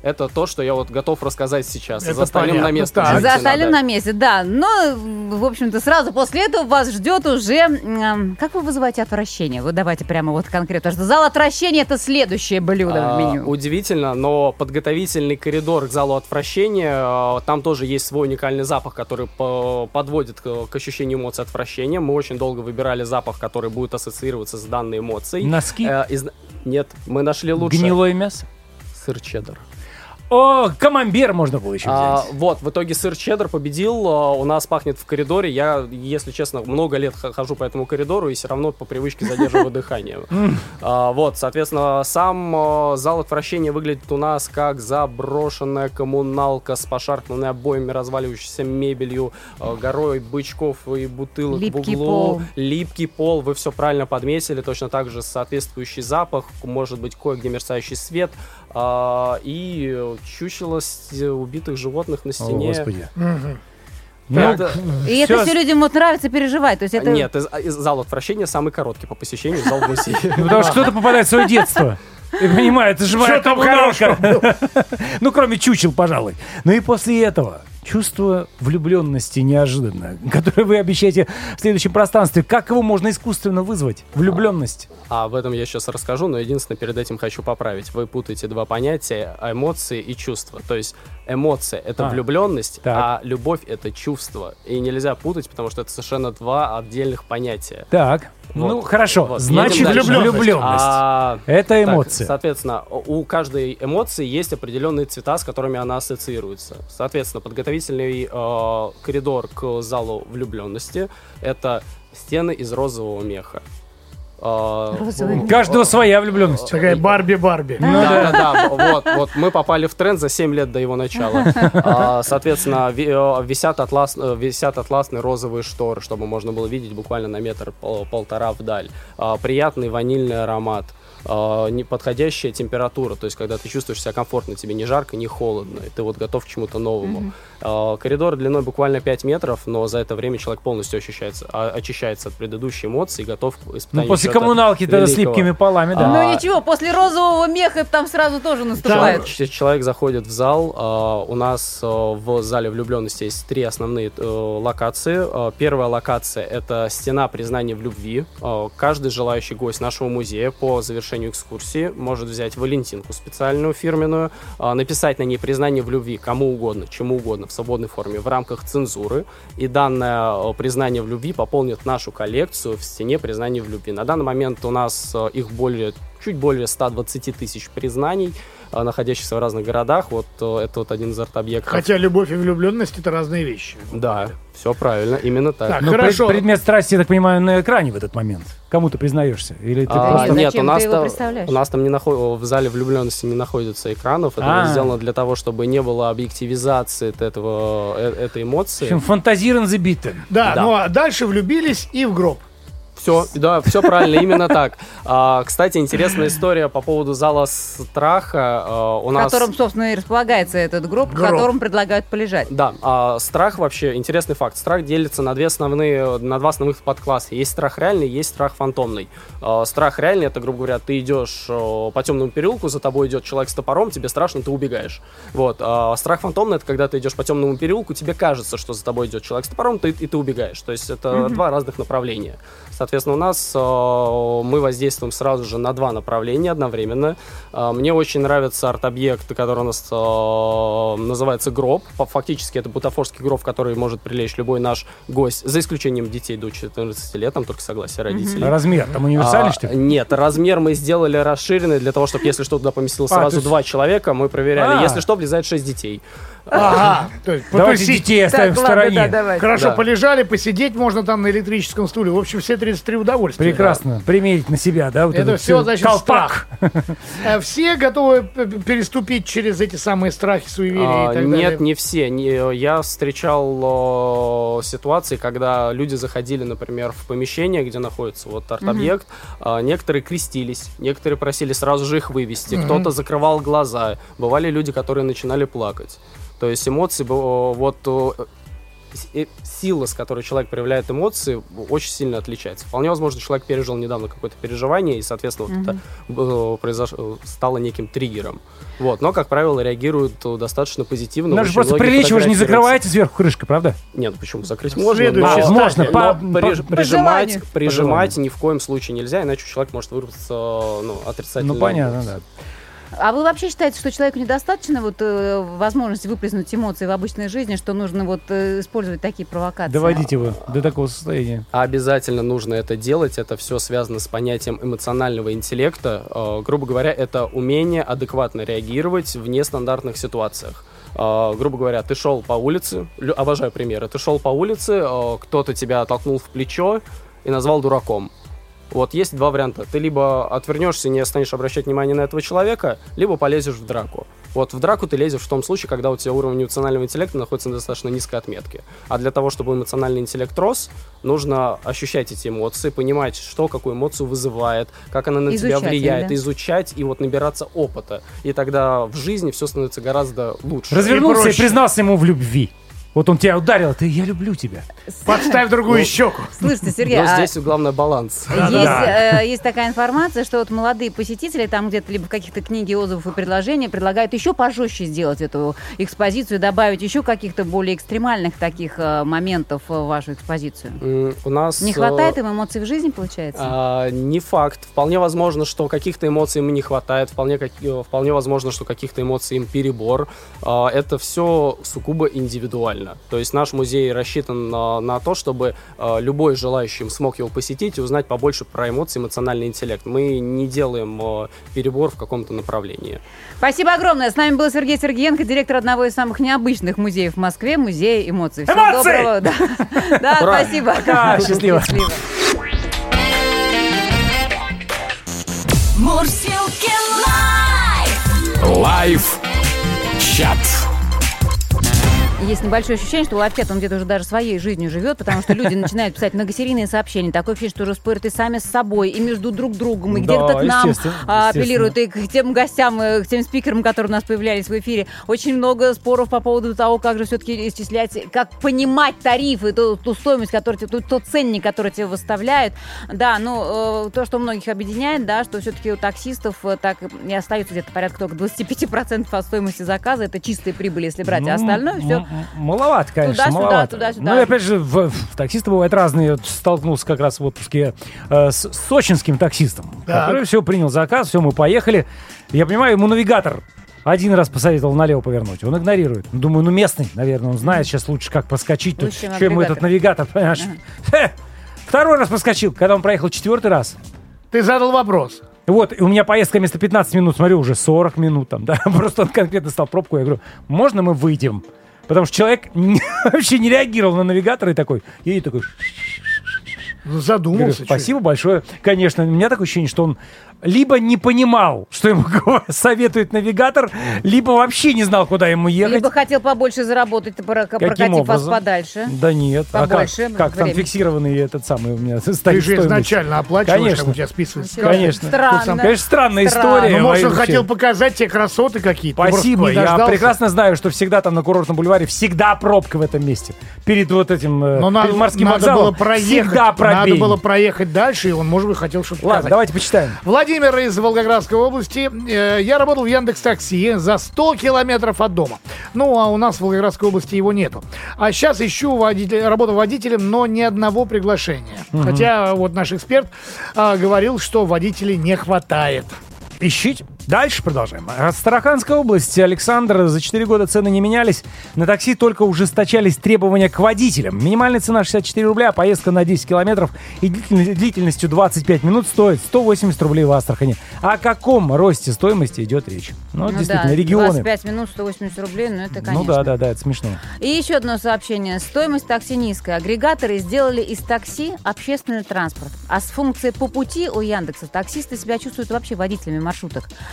это то, что я вот готов рассказать сейчас. Это За остальным понятно, на месте. так. действительно, За остальным да. на месте, да. Но, в общем-то, сразу после этого вас ждет уже... м, Как вы вызываете отвращение? Вот давайте прямо вот конкретно. Потому что зал отвращения — это следующее блюдо в А, меню. Удивительно, но подготовительный коридор к залу отвращения, а, там тоже есть свой уникальный запах, который по- подводит к, к ощущению эмоций отвращения. Мы очень долго выбирали запах, который будет ассоциироваться с данной эмоцией. Носки? Э, из- Нет, мы нашли лучше. Гнилое мясо? Сыр чеддер. О, камамбер можно было еще А, взять. вот, в итоге сыр чеддер победил. а, У нас пахнет в коридоре. Я, если честно, много лет х- хожу по этому коридору и все равно по привычке задерживаю дыхание. А, Вот, соответственно, сам а, зал отвращения выглядит у нас как заброшенная коммуналка с пошарпанными обоями, разваливающейся мебелью, а, горой бычков и бутылок Липкий в углу. пол. Липкий пол. Вы все правильно подметили. Точно так же соответствующий запах. Может быть, кое-где мерцающий свет. а, И чучело с- убитых животных на О, стене. Господи. Мгм. Ну, Это- И это все людям вот нравится переживать. То есть это... Нет, из, из зала отвращения самый короткий по посещению зал в музее. Ну, потому что кто-то попадает в свое детство. Я понимаю, это же моя Что там коммуналка. Ну, кроме чучел, пожалуй. Ну и после этого чувство влюбленности неожиданно, которое вы обещаете в следующем пространстве. Как его можно искусственно вызвать? Влюбленность. А об этом я сейчас расскажу, но единственное, перед этим хочу поправить. Вы путаете два понятия: эмоции и чувства. То есть эмоция — это А, влюбленность, так. а любовь — это чувство. И нельзя путать, потому что это совершенно два отдельных понятия. Так, Вот. ну хорошо. Вот, Значит, едем дальше. влюбленность. А, Это так, эмоция. соответственно, у каждой эмоции есть определенные цвета, с которыми она ассоциируется. Соответственно, подготовительный э, коридор к залу влюбленности — это стены из розового меха. Э, Розовый У каждого своя влюбленность. Такая Барби-Барби. Ну да, да, да, вот, вот мы попали в тренд за семь лет до его начала. А, соответственно, ви- э, висят, атлас, э, висят атласные розовые шторы, чтобы можно было видеть буквально на метр пол- полтора вдаль. А, приятный ванильный аромат. А, не- подходящая температура, то есть когда ты чувствуешь себя комфортно, тебе не жарко, не холодно, и ты вот готов к чему-то новому. А, коридор длиной буквально пять метров, но за это время человек полностью очищается, а- очищается от предыдущей эмоции и готов к Ну, испытанию после чего-то коммуналки тогда с великого. липкими полами, да. Ну А, ничего, после розового меха там сразу тоже наступает. Ч- Человек заходит в зал. а, У нас а, в зале влюбленности есть три основные э, локации. А, Первая локация — это стена признания в любви. А, Каждый желающий гость нашего музея по завершению экскурсии может взять валентинку специальную, фирменную, а, написать на ней признание в любви кому угодно, чему угодно, в свободной форме, в рамках цензуры. И данное э, признание в любви пополнит нашу коллекцию в стене признаний в любви. На данный момент у нас э, их более чуть более ста двадцати тысяч признаний, э, находящихся в разных городах. Вот э, это вот один из арт-объектов. Хотя любовь и влюбленность — это разные вещи. Да, все правильно, именно так. Так, Ну, пред- хорошо. предмет страсти, я так понимаю, на экране в этот момент. Кому ты признаешься? Или ты А, просто... нет, Зачем у нас, ты его там, представляешь? у нас там не нахо- в зале влюбленности не находится экранов. Это А. было сделано для того, чтобы не было объективизации от этого, э, этой В эмоции. общем, фантазирован забитым. Да, Да. ну а дальше влюбились и в гроб. Все, да, все правильно, именно так. А, кстати, интересная история по поводу зала страха. А, у В нас... котором, собственно, и располагается этот гроб, в Гроб. котором предлагают полежать. Да, а, страх вообще, интересный факт. Страх делится на две основные, на два основных подкласса. Есть страх реальный, есть страх фантомный. А, страх реальный — это, грубо говоря, ты идешь а, по темному переулку, за тобой идет человек с топором, тебе страшно, ты убегаешь. Вот. А, страх фантомный — это когда ты идешь по темному переулку, тебе кажется, что за тобой идет человек с топором, ты, и ты убегаешь. То есть это два разных направления. Соответственно, у нас э, мы воздействуем сразу же на два направления одновременно. Э, мне очень нравится арт-объект, который у нас э, называется гроб. Фа- Фактически это бутафорский гроб, в который может прилечь любой наш гость, за исключением детей до четырнадцати лет, там только согласие родителей. Размер там универсальный, А, что ли? Нет, размер мы сделали расширенный для того, чтобы если что туда поместилось А, сразу то есть- два человека, мы проверяли. А. Если что, влезает шесть детей. Ага. То есть Давайте потусить. детей оставим в ладно, стороне. да, давай. Хорошо, Да. полежали, посидеть можно там на электрическом стуле. В общем, все тридцать три удовольствия. Прекрасно. Примерить на себя, да? Вот Это этот все, всё- значит, колпак. Э, Все готовы п- п- переступить через эти самые страхи, суеверия А, и так Нет, далее? не все. Не- Я встречал э, ситуации, когда люди заходили, например, в помещение, где находится вот арт-объект. А, некоторые крестились, некоторые просили сразу же их вывести, кто-то закрывал глаза. Бывали люди, которые начинали плакать. То есть эмоции, бо- вот э, сила, с которой человек проявляет эмоции, очень сильно отличается. Вполне возможно, человек пережил недавно какое-то переживание, и, соответственно, mm-hmm. вот это произош... стало неким триггером. Вот. Но, как правило, реагируют достаточно позитивно. Даже просто приличие, вы же не закрываете сверху крышкой, правда? Нет, почему? Закрыть можно. Но, можно. Но по, приж... по, прижимать, по прижимать ни в коем случае нельзя, иначе человек может выработаться ну, отрицательно. Ну, понятно, да. А вы вообще считаете, что человеку недостаточно вот, э, возможности выплеснуть эмоции в обычной жизни, что нужно вот, э, использовать такие провокации? Доводите его до такого состояния. Обязательно нужно это делать. Это все связано с понятием эмоционального интеллекта. Э, грубо говоря, это умение адекватно реагировать в нестандартных ситуациях. Uh, грубо говоря, ты шел по улице, лю- обожаю примеры, ты шел по улице, uh, кто-то тебя толкнул в плечо и назвал дураком. Вот есть два варианта. Ты либо отвернешься и не станешь обращать внимание на этого человека, либо полезешь в драку. Вот в драку ты лезешь в том случае, когда у тебя уровень эмоционального интеллекта находится на достаточно низкой отметке. А для того, чтобы эмоциональный интеллект рос, нужно ощущать эти эмоции, понимать, что какую эмоцию вызывает, как она на изучать, тебя влияет, да? изучать и вот набираться опыта. И тогда в жизни все становится гораздо лучше. Развернулся и, и признался ему в любви. Вот он тебя ударил, ты я люблю тебя. Подставь другую щеку. Слушайте, Сергей, Но а здесь главное баланс. есть, Да. э, есть такая информация, что вот молодые посетители там где-то либо в каких-то книге отзывов и предложений предлагают еще пожестче сделать эту экспозицию, добавить еще каких-то более экстремальных таких э, моментов в вашу экспозицию. М, У нас... Не э, хватает им эмоций в жизни, получается? А, не факт. Вполне возможно, что каких-то эмоций им не хватает. Вполне, как- э, вполне возможно, что каких-то эмоций им перебор. А, это все сугубо индивидуально. То есть наш музей рассчитан на, на то, чтобы а, любой желающий смог его посетить и узнать побольше про эмоции, эмоциональный интеллект. Мы не делаем а, перебор в каком-то направлении. Спасибо огромное. С нами был Сергей Сергеенко, директор одного из самых необычных музеев в Москве, музея эмоций. Всего Эмоций! доброго. Да, Да, Ура! спасибо. Пока, счастливо. Мурзилки лайф. Лайф чат. Есть небольшое ощущение, что Лайфчат, он где-то уже даже своей жизнью живет, потому что люди начинают писать многосерийные сообщения. Такое ощущение, что уже спорят и сами с собой, и между друг другом, и Да, где-то к нам естественно, а, естественно. апеллируют, и к тем гостям, и к тем спикерам, которые у нас появлялись в эфире. Очень много споров по поводу того, как же все-таки исчислять, как понимать тарифы, ту, ту стоимость, которую, тебе- ту- тот ценник, который тебе выставляют. Да, ну, э, то, что многих объединяет, да, что все-таки у таксистов э, так и остается где-то порядка только двадцать пять процентов от стоимости заказа. Это чистая прибыль, если брать, а Ну, остальное м- все... м- Маловато, конечно, Туда-сюда, маловато. туда-сюда. Ну, и опять же, в, в- таксисты бывают разные. Я вот столкнулся как раз в отпуске э, с сочинским таксистом, Так. который все, принял заказ, все, мы поехали. Я понимаю, ему навигатор один раз посоветовал налево повернуть. Он игнорирует. Думаю, ну местный, наверное, он знает сейчас лучше, как проскочить. Тут, Лучше, чем что ему агрегатор. этот навигатор, понимаешь? Хе. Второй раз проскочил, когда он проехал четвертый раз. Ты задал вопрос. Вот, и у меня поездка вместо пятнадцати минут, смотрю, уже сорок минут там, да. Просто он конкретно стал пробку. Я говорю, можно мы выйдем? Потому что человек не- вообще не реагировал на навигатор и такой, и такой, Ну, задумался. говорю, чё. спасибо большое. Конечно, у меня такое ощущение, что он либо не понимал, что ему советует навигатор, либо вообще не знал, куда ему ехать. Либо хотел побольше заработать, про- Каким прокатив вас образом? подальше. Да нет. Побольше а как, как там времени. фиксированный этот самый у меня Ты стоит же стоимость? изначально оплачиваешь, Конечно. как у тебя списывается. с Конечно. Странно. Тут Конечно, странная Странно. история. Ну, может, он вообще. хотел показать тебе красоты какие-то. Ты Спасибо, просто не я дождался. прекрасно знаю, что всегда там на курортном бульваре всегда пробка в этом месте. Перед вот этим э, Но перед надо, морским надо вокзалом было проехать. всегда пробей. Надо было проехать дальше, и он, может быть, хотел что-то Ладно, показать. давайте почитаем. Владимир из Волгоградской области. Э, Я работал в Яндекс.Такси за сто километров от дома. Ну, а у нас в Волгоградской области его нету. А сейчас ищу водителя, работу водителем, но ни одного приглашения. Хотя вот наш эксперт а, говорил, что водителей не хватает. Ищите. Дальше продолжаем. Астраханская область. Александр. За четыре года цены не менялись. На такси только ужесточались требования к водителям. Минимальная цена шестьдесят четыре рубля, поездка на десять километров и длительно- длительностью двадцать пять минут стоит сто восемьдесят рублей в Астрахани. О каком росте стоимости идет речь? Ну, Ну действительно, да, регионы. двадцать пять минут, сто восемьдесят рублей, ну это, конечно. Ну да, да, да, это смешно. И еще одно сообщение. Стоимость такси низкая. Агрегаторы сделали из такси общественный транспорт. А с функцией по пути у Яндекса таксисты себя чувствуют вообще водителями маршруток.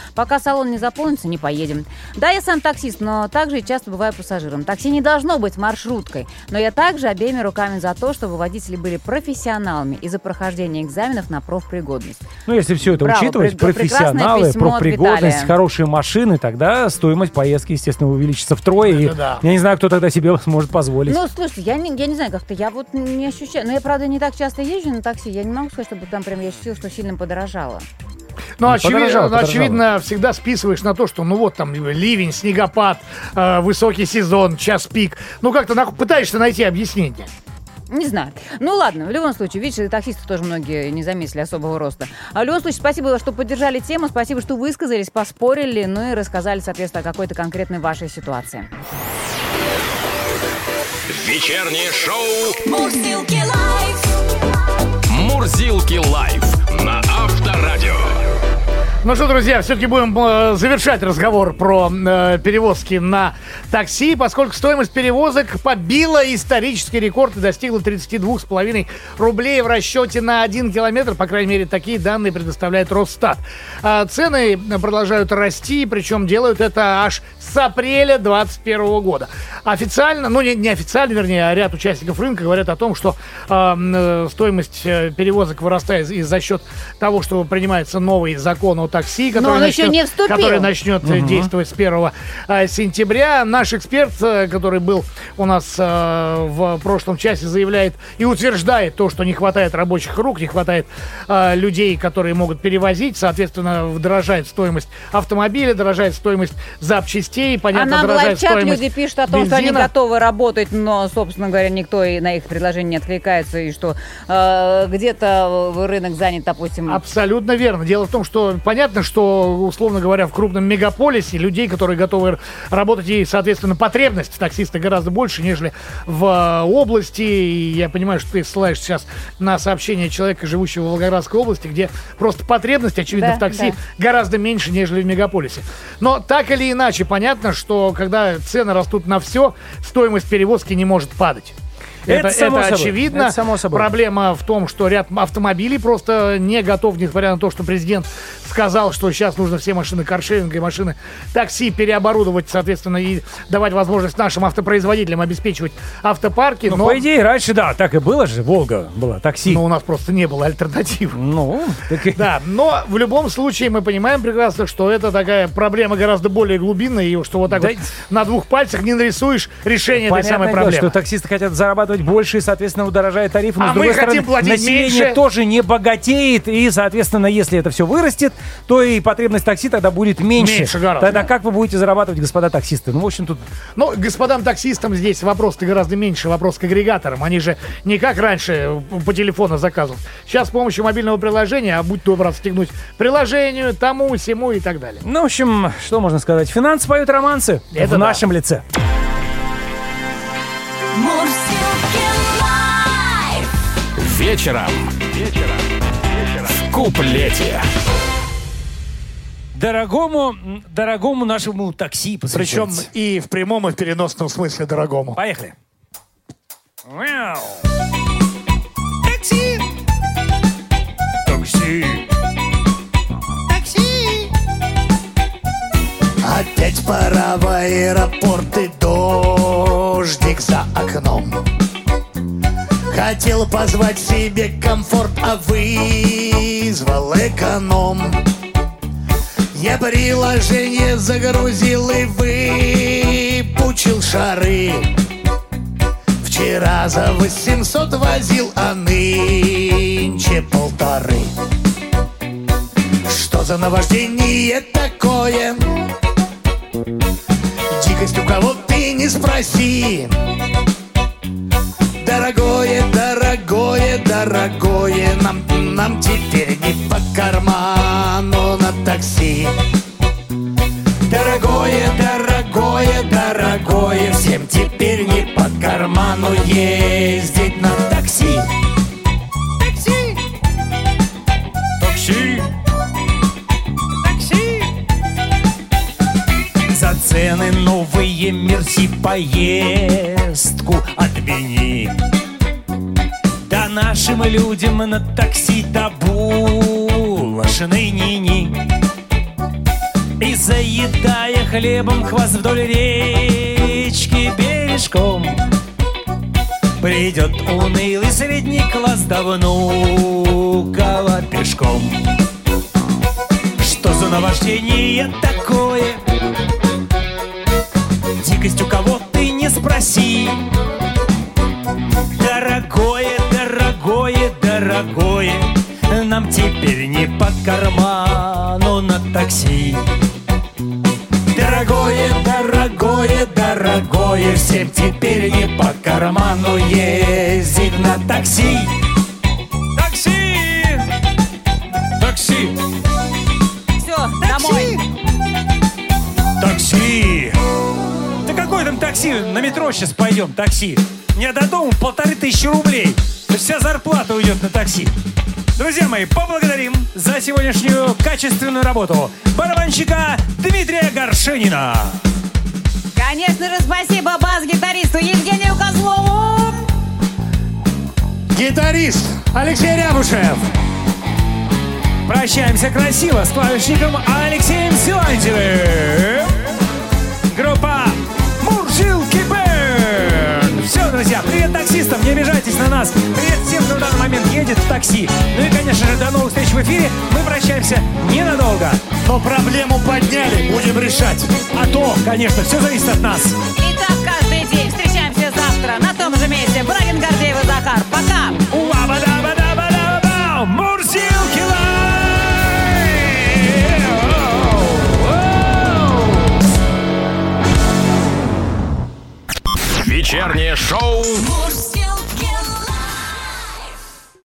Пока салон не заполнится, не поедем. Да, я сам таксист, но также и часто бываю пассажиром. Такси не должно быть маршруткой. Но я также обеими руками за то, чтобы водители были профессионалами и за прохождение экзаменов на профпригодность. Ну, если все это Браво, учитывать, пр- профессионалы, профпригодность, Виталия. хорошие машины, тогда стоимость поездки, естественно, увеличится втрое. Это И да. я не знаю, кто тогда себе сможет позволить. Ну, слушайте, я не, я не знаю, как-то я вот не ощущаю. Но я, правда, не так часто езжу на такси. Я не могу сказать, чтобы там прям я ощутила, что сильно подорожало. Ну, Ну, очевидно, подорожало, ну, подорожало. очевидно, всегда списываешь на то, что, ну, вот там ливень, снегопад, э, высокий сезон, час пик. Ну, как-то на- пытаешься найти объяснение. Не знаю. Ну ладно, в любом случае, видишь, и таксисты тоже многие не заметили особого роста. А в любом случае, спасибо, что поддержали тему, спасибо, что высказались, поспорили, ну и рассказали, соответственно, о какой-то конкретной вашей ситуации. Вечернее шоу Мурзилки лайф. «Мурзилки лайф» на Авторадио. Ну что, друзья, все-таки будем э, завершать разговор про э, перевозки на такси, поскольку стоимость перевозок побила исторический рекорд и достигла тридцать два с половиной рублей в расчете на один километр. По крайней мере, такие данные предоставляет Росстат. А цены продолжают расти, причем делают это аж с апреля двадцать первого года. Официально, ну не, не официально, вернее, а ряд участников рынка говорят о том, что э, э, стоимость э, перевозок вырастает и за счет того, что принимается новый закон о такси, который, он начнет, еще не вступил. который начнет Угу. действовать с первого сентября. Наш эксперт, э, который был у нас э, в прошлом часе, заявляет и утверждает то, что не хватает рабочих рук, не хватает э, людей, которые могут перевозить. Соответственно, дорожает стоимость автомобиля, дорожает стоимость запчастей. А Понятно, нам в дорожает лайв-чат стоимость люди пишут о том, что они бензина. готовы работать, но, собственно говоря, никто и на их предложение не откликается, и что э, где-то рынок занят, допустим... Абсолютно верно. Дело в том, что понятно, что, условно говоря, в крупном мегаполисе людей, которые готовы работать, и, соответственно, потребность таксиста гораздо больше, нежели в э, области. И я понимаю, что ты ссылаешься сейчас на сообщение человека, живущего в Волгоградской области, где просто потребность, очевидно, Да, в такси да. гораздо меньше, нежели в мегаполисе. Но так или иначе, понятно, что когда цены растут на все, стоимость перевозки не может падать. Это Это, само это собой. очевидно. Это само собой. Проблема в том, что ряд автомобилей просто не готов, несмотря на то, что президент сказал, что сейчас нужно все машины каршеринга и машины такси переоборудовать, соответственно, и давать возможность нашим автопроизводителям обеспечивать автопарки. Ну, но, по идее, раньше, да, так и было же. Волга была, такси. но у нас просто не было альтернатив. Ну, так и- Да, но в любом случае мы понимаем прекрасно, что это такая проблема гораздо более глубинная, и что вот так Да вот на двух пальцах не нарисуешь решение этой Понятное самой дело, проблемы. что таксисты хотят зарабатывать больше и, соответственно, удорожает тариф. Но, А с другой мы хотим стороны, платить население меньше. тоже не богатеет. И, соответственно, если это все вырастет, то и потребность такси тогда будет меньше. Меньше гораздо. Тогда как вы будете зарабатывать, господа таксисты? Ну, в общем, тут... Но господам таксистам здесь вопрос-то гораздо меньше, вопрос к агрегаторам. Они же не как раньше по телефону заказывают. Сейчас с помощью мобильного приложения, а будь добр отстегнуть приложению, тому, сему и так далее. Ну, в общем, что можно сказать? Финансы поют романсы Это в да. нашем лице. Мурзилки лайф. Вечером. Вечером. В куплете. Дорогому, м, дорогому нашему такси Причем посвящается. и в прямом, и в переносном смысле дорогому. Поехали. Мяу. Такси! Такси! Такси! Опять пора в аэропорт и дождик за окном. Хотел позвать себе комфорт, а вызвал эконом. Я приложение загрузил и выпучил шары. Вчера за восемьсот возил, а нынче полторы. Что за наваждение такое? Дикость у кого ты не спроси. Дорогое, дорогое, дорогое, нам, нам теперь не по карману на такси. Дорогое, дорогое, дорогое, всем теперь не по карману ездить на такси. Такси! Такси. Такси! За цены новые мерси поездку отмени. Да нашим людям на такси табу лошадные ни-ни. Метая хлебом хвост вдоль речки бережком, придет унылый средний класс, да внукова пешком. Что за наваждение такое? Дикость у кого ты не спроси. Дорогое, дорогое, дорогое, нам теперь не по карману на такси. Дорогое, дорогое, дорогое, всем теперь не по карману ездить на такси. Такси! Такси! Все, домой. Такси! Да какое там такси? На метро сейчас пойдем, такси. Мне до дома полторы тысячи рублей. Вся зарплата уйдет на такси. Друзья мои, поблагодарим за сегодняшнюю качественную работу барабанщика Дмитрия Горшенина. Конечно же, спасибо бас-гитаристу Евгению Козлову. Гитарист Алексей Рябушев. Прощаемся красиво с клавишником Алексеем Силантьевым. Группа Мурзилки Бэнд. Все, друзья, привет таксистам, не обижайтесь на нас. Привет всем, кто в данный момент едет в такси. Ну и, конечно же, до новых встреч в эфире. Мы прощаемся ненадолго. Но проблему подняли, будем решать. А то, конечно, все зависит от нас. И так каждый день. Встречаемся завтра на том же месте. Брагин, Гордеев и Захар. Пока! Уа-ба-да-ба-да-ба-да-ба! Мурзилки Вечернее шоу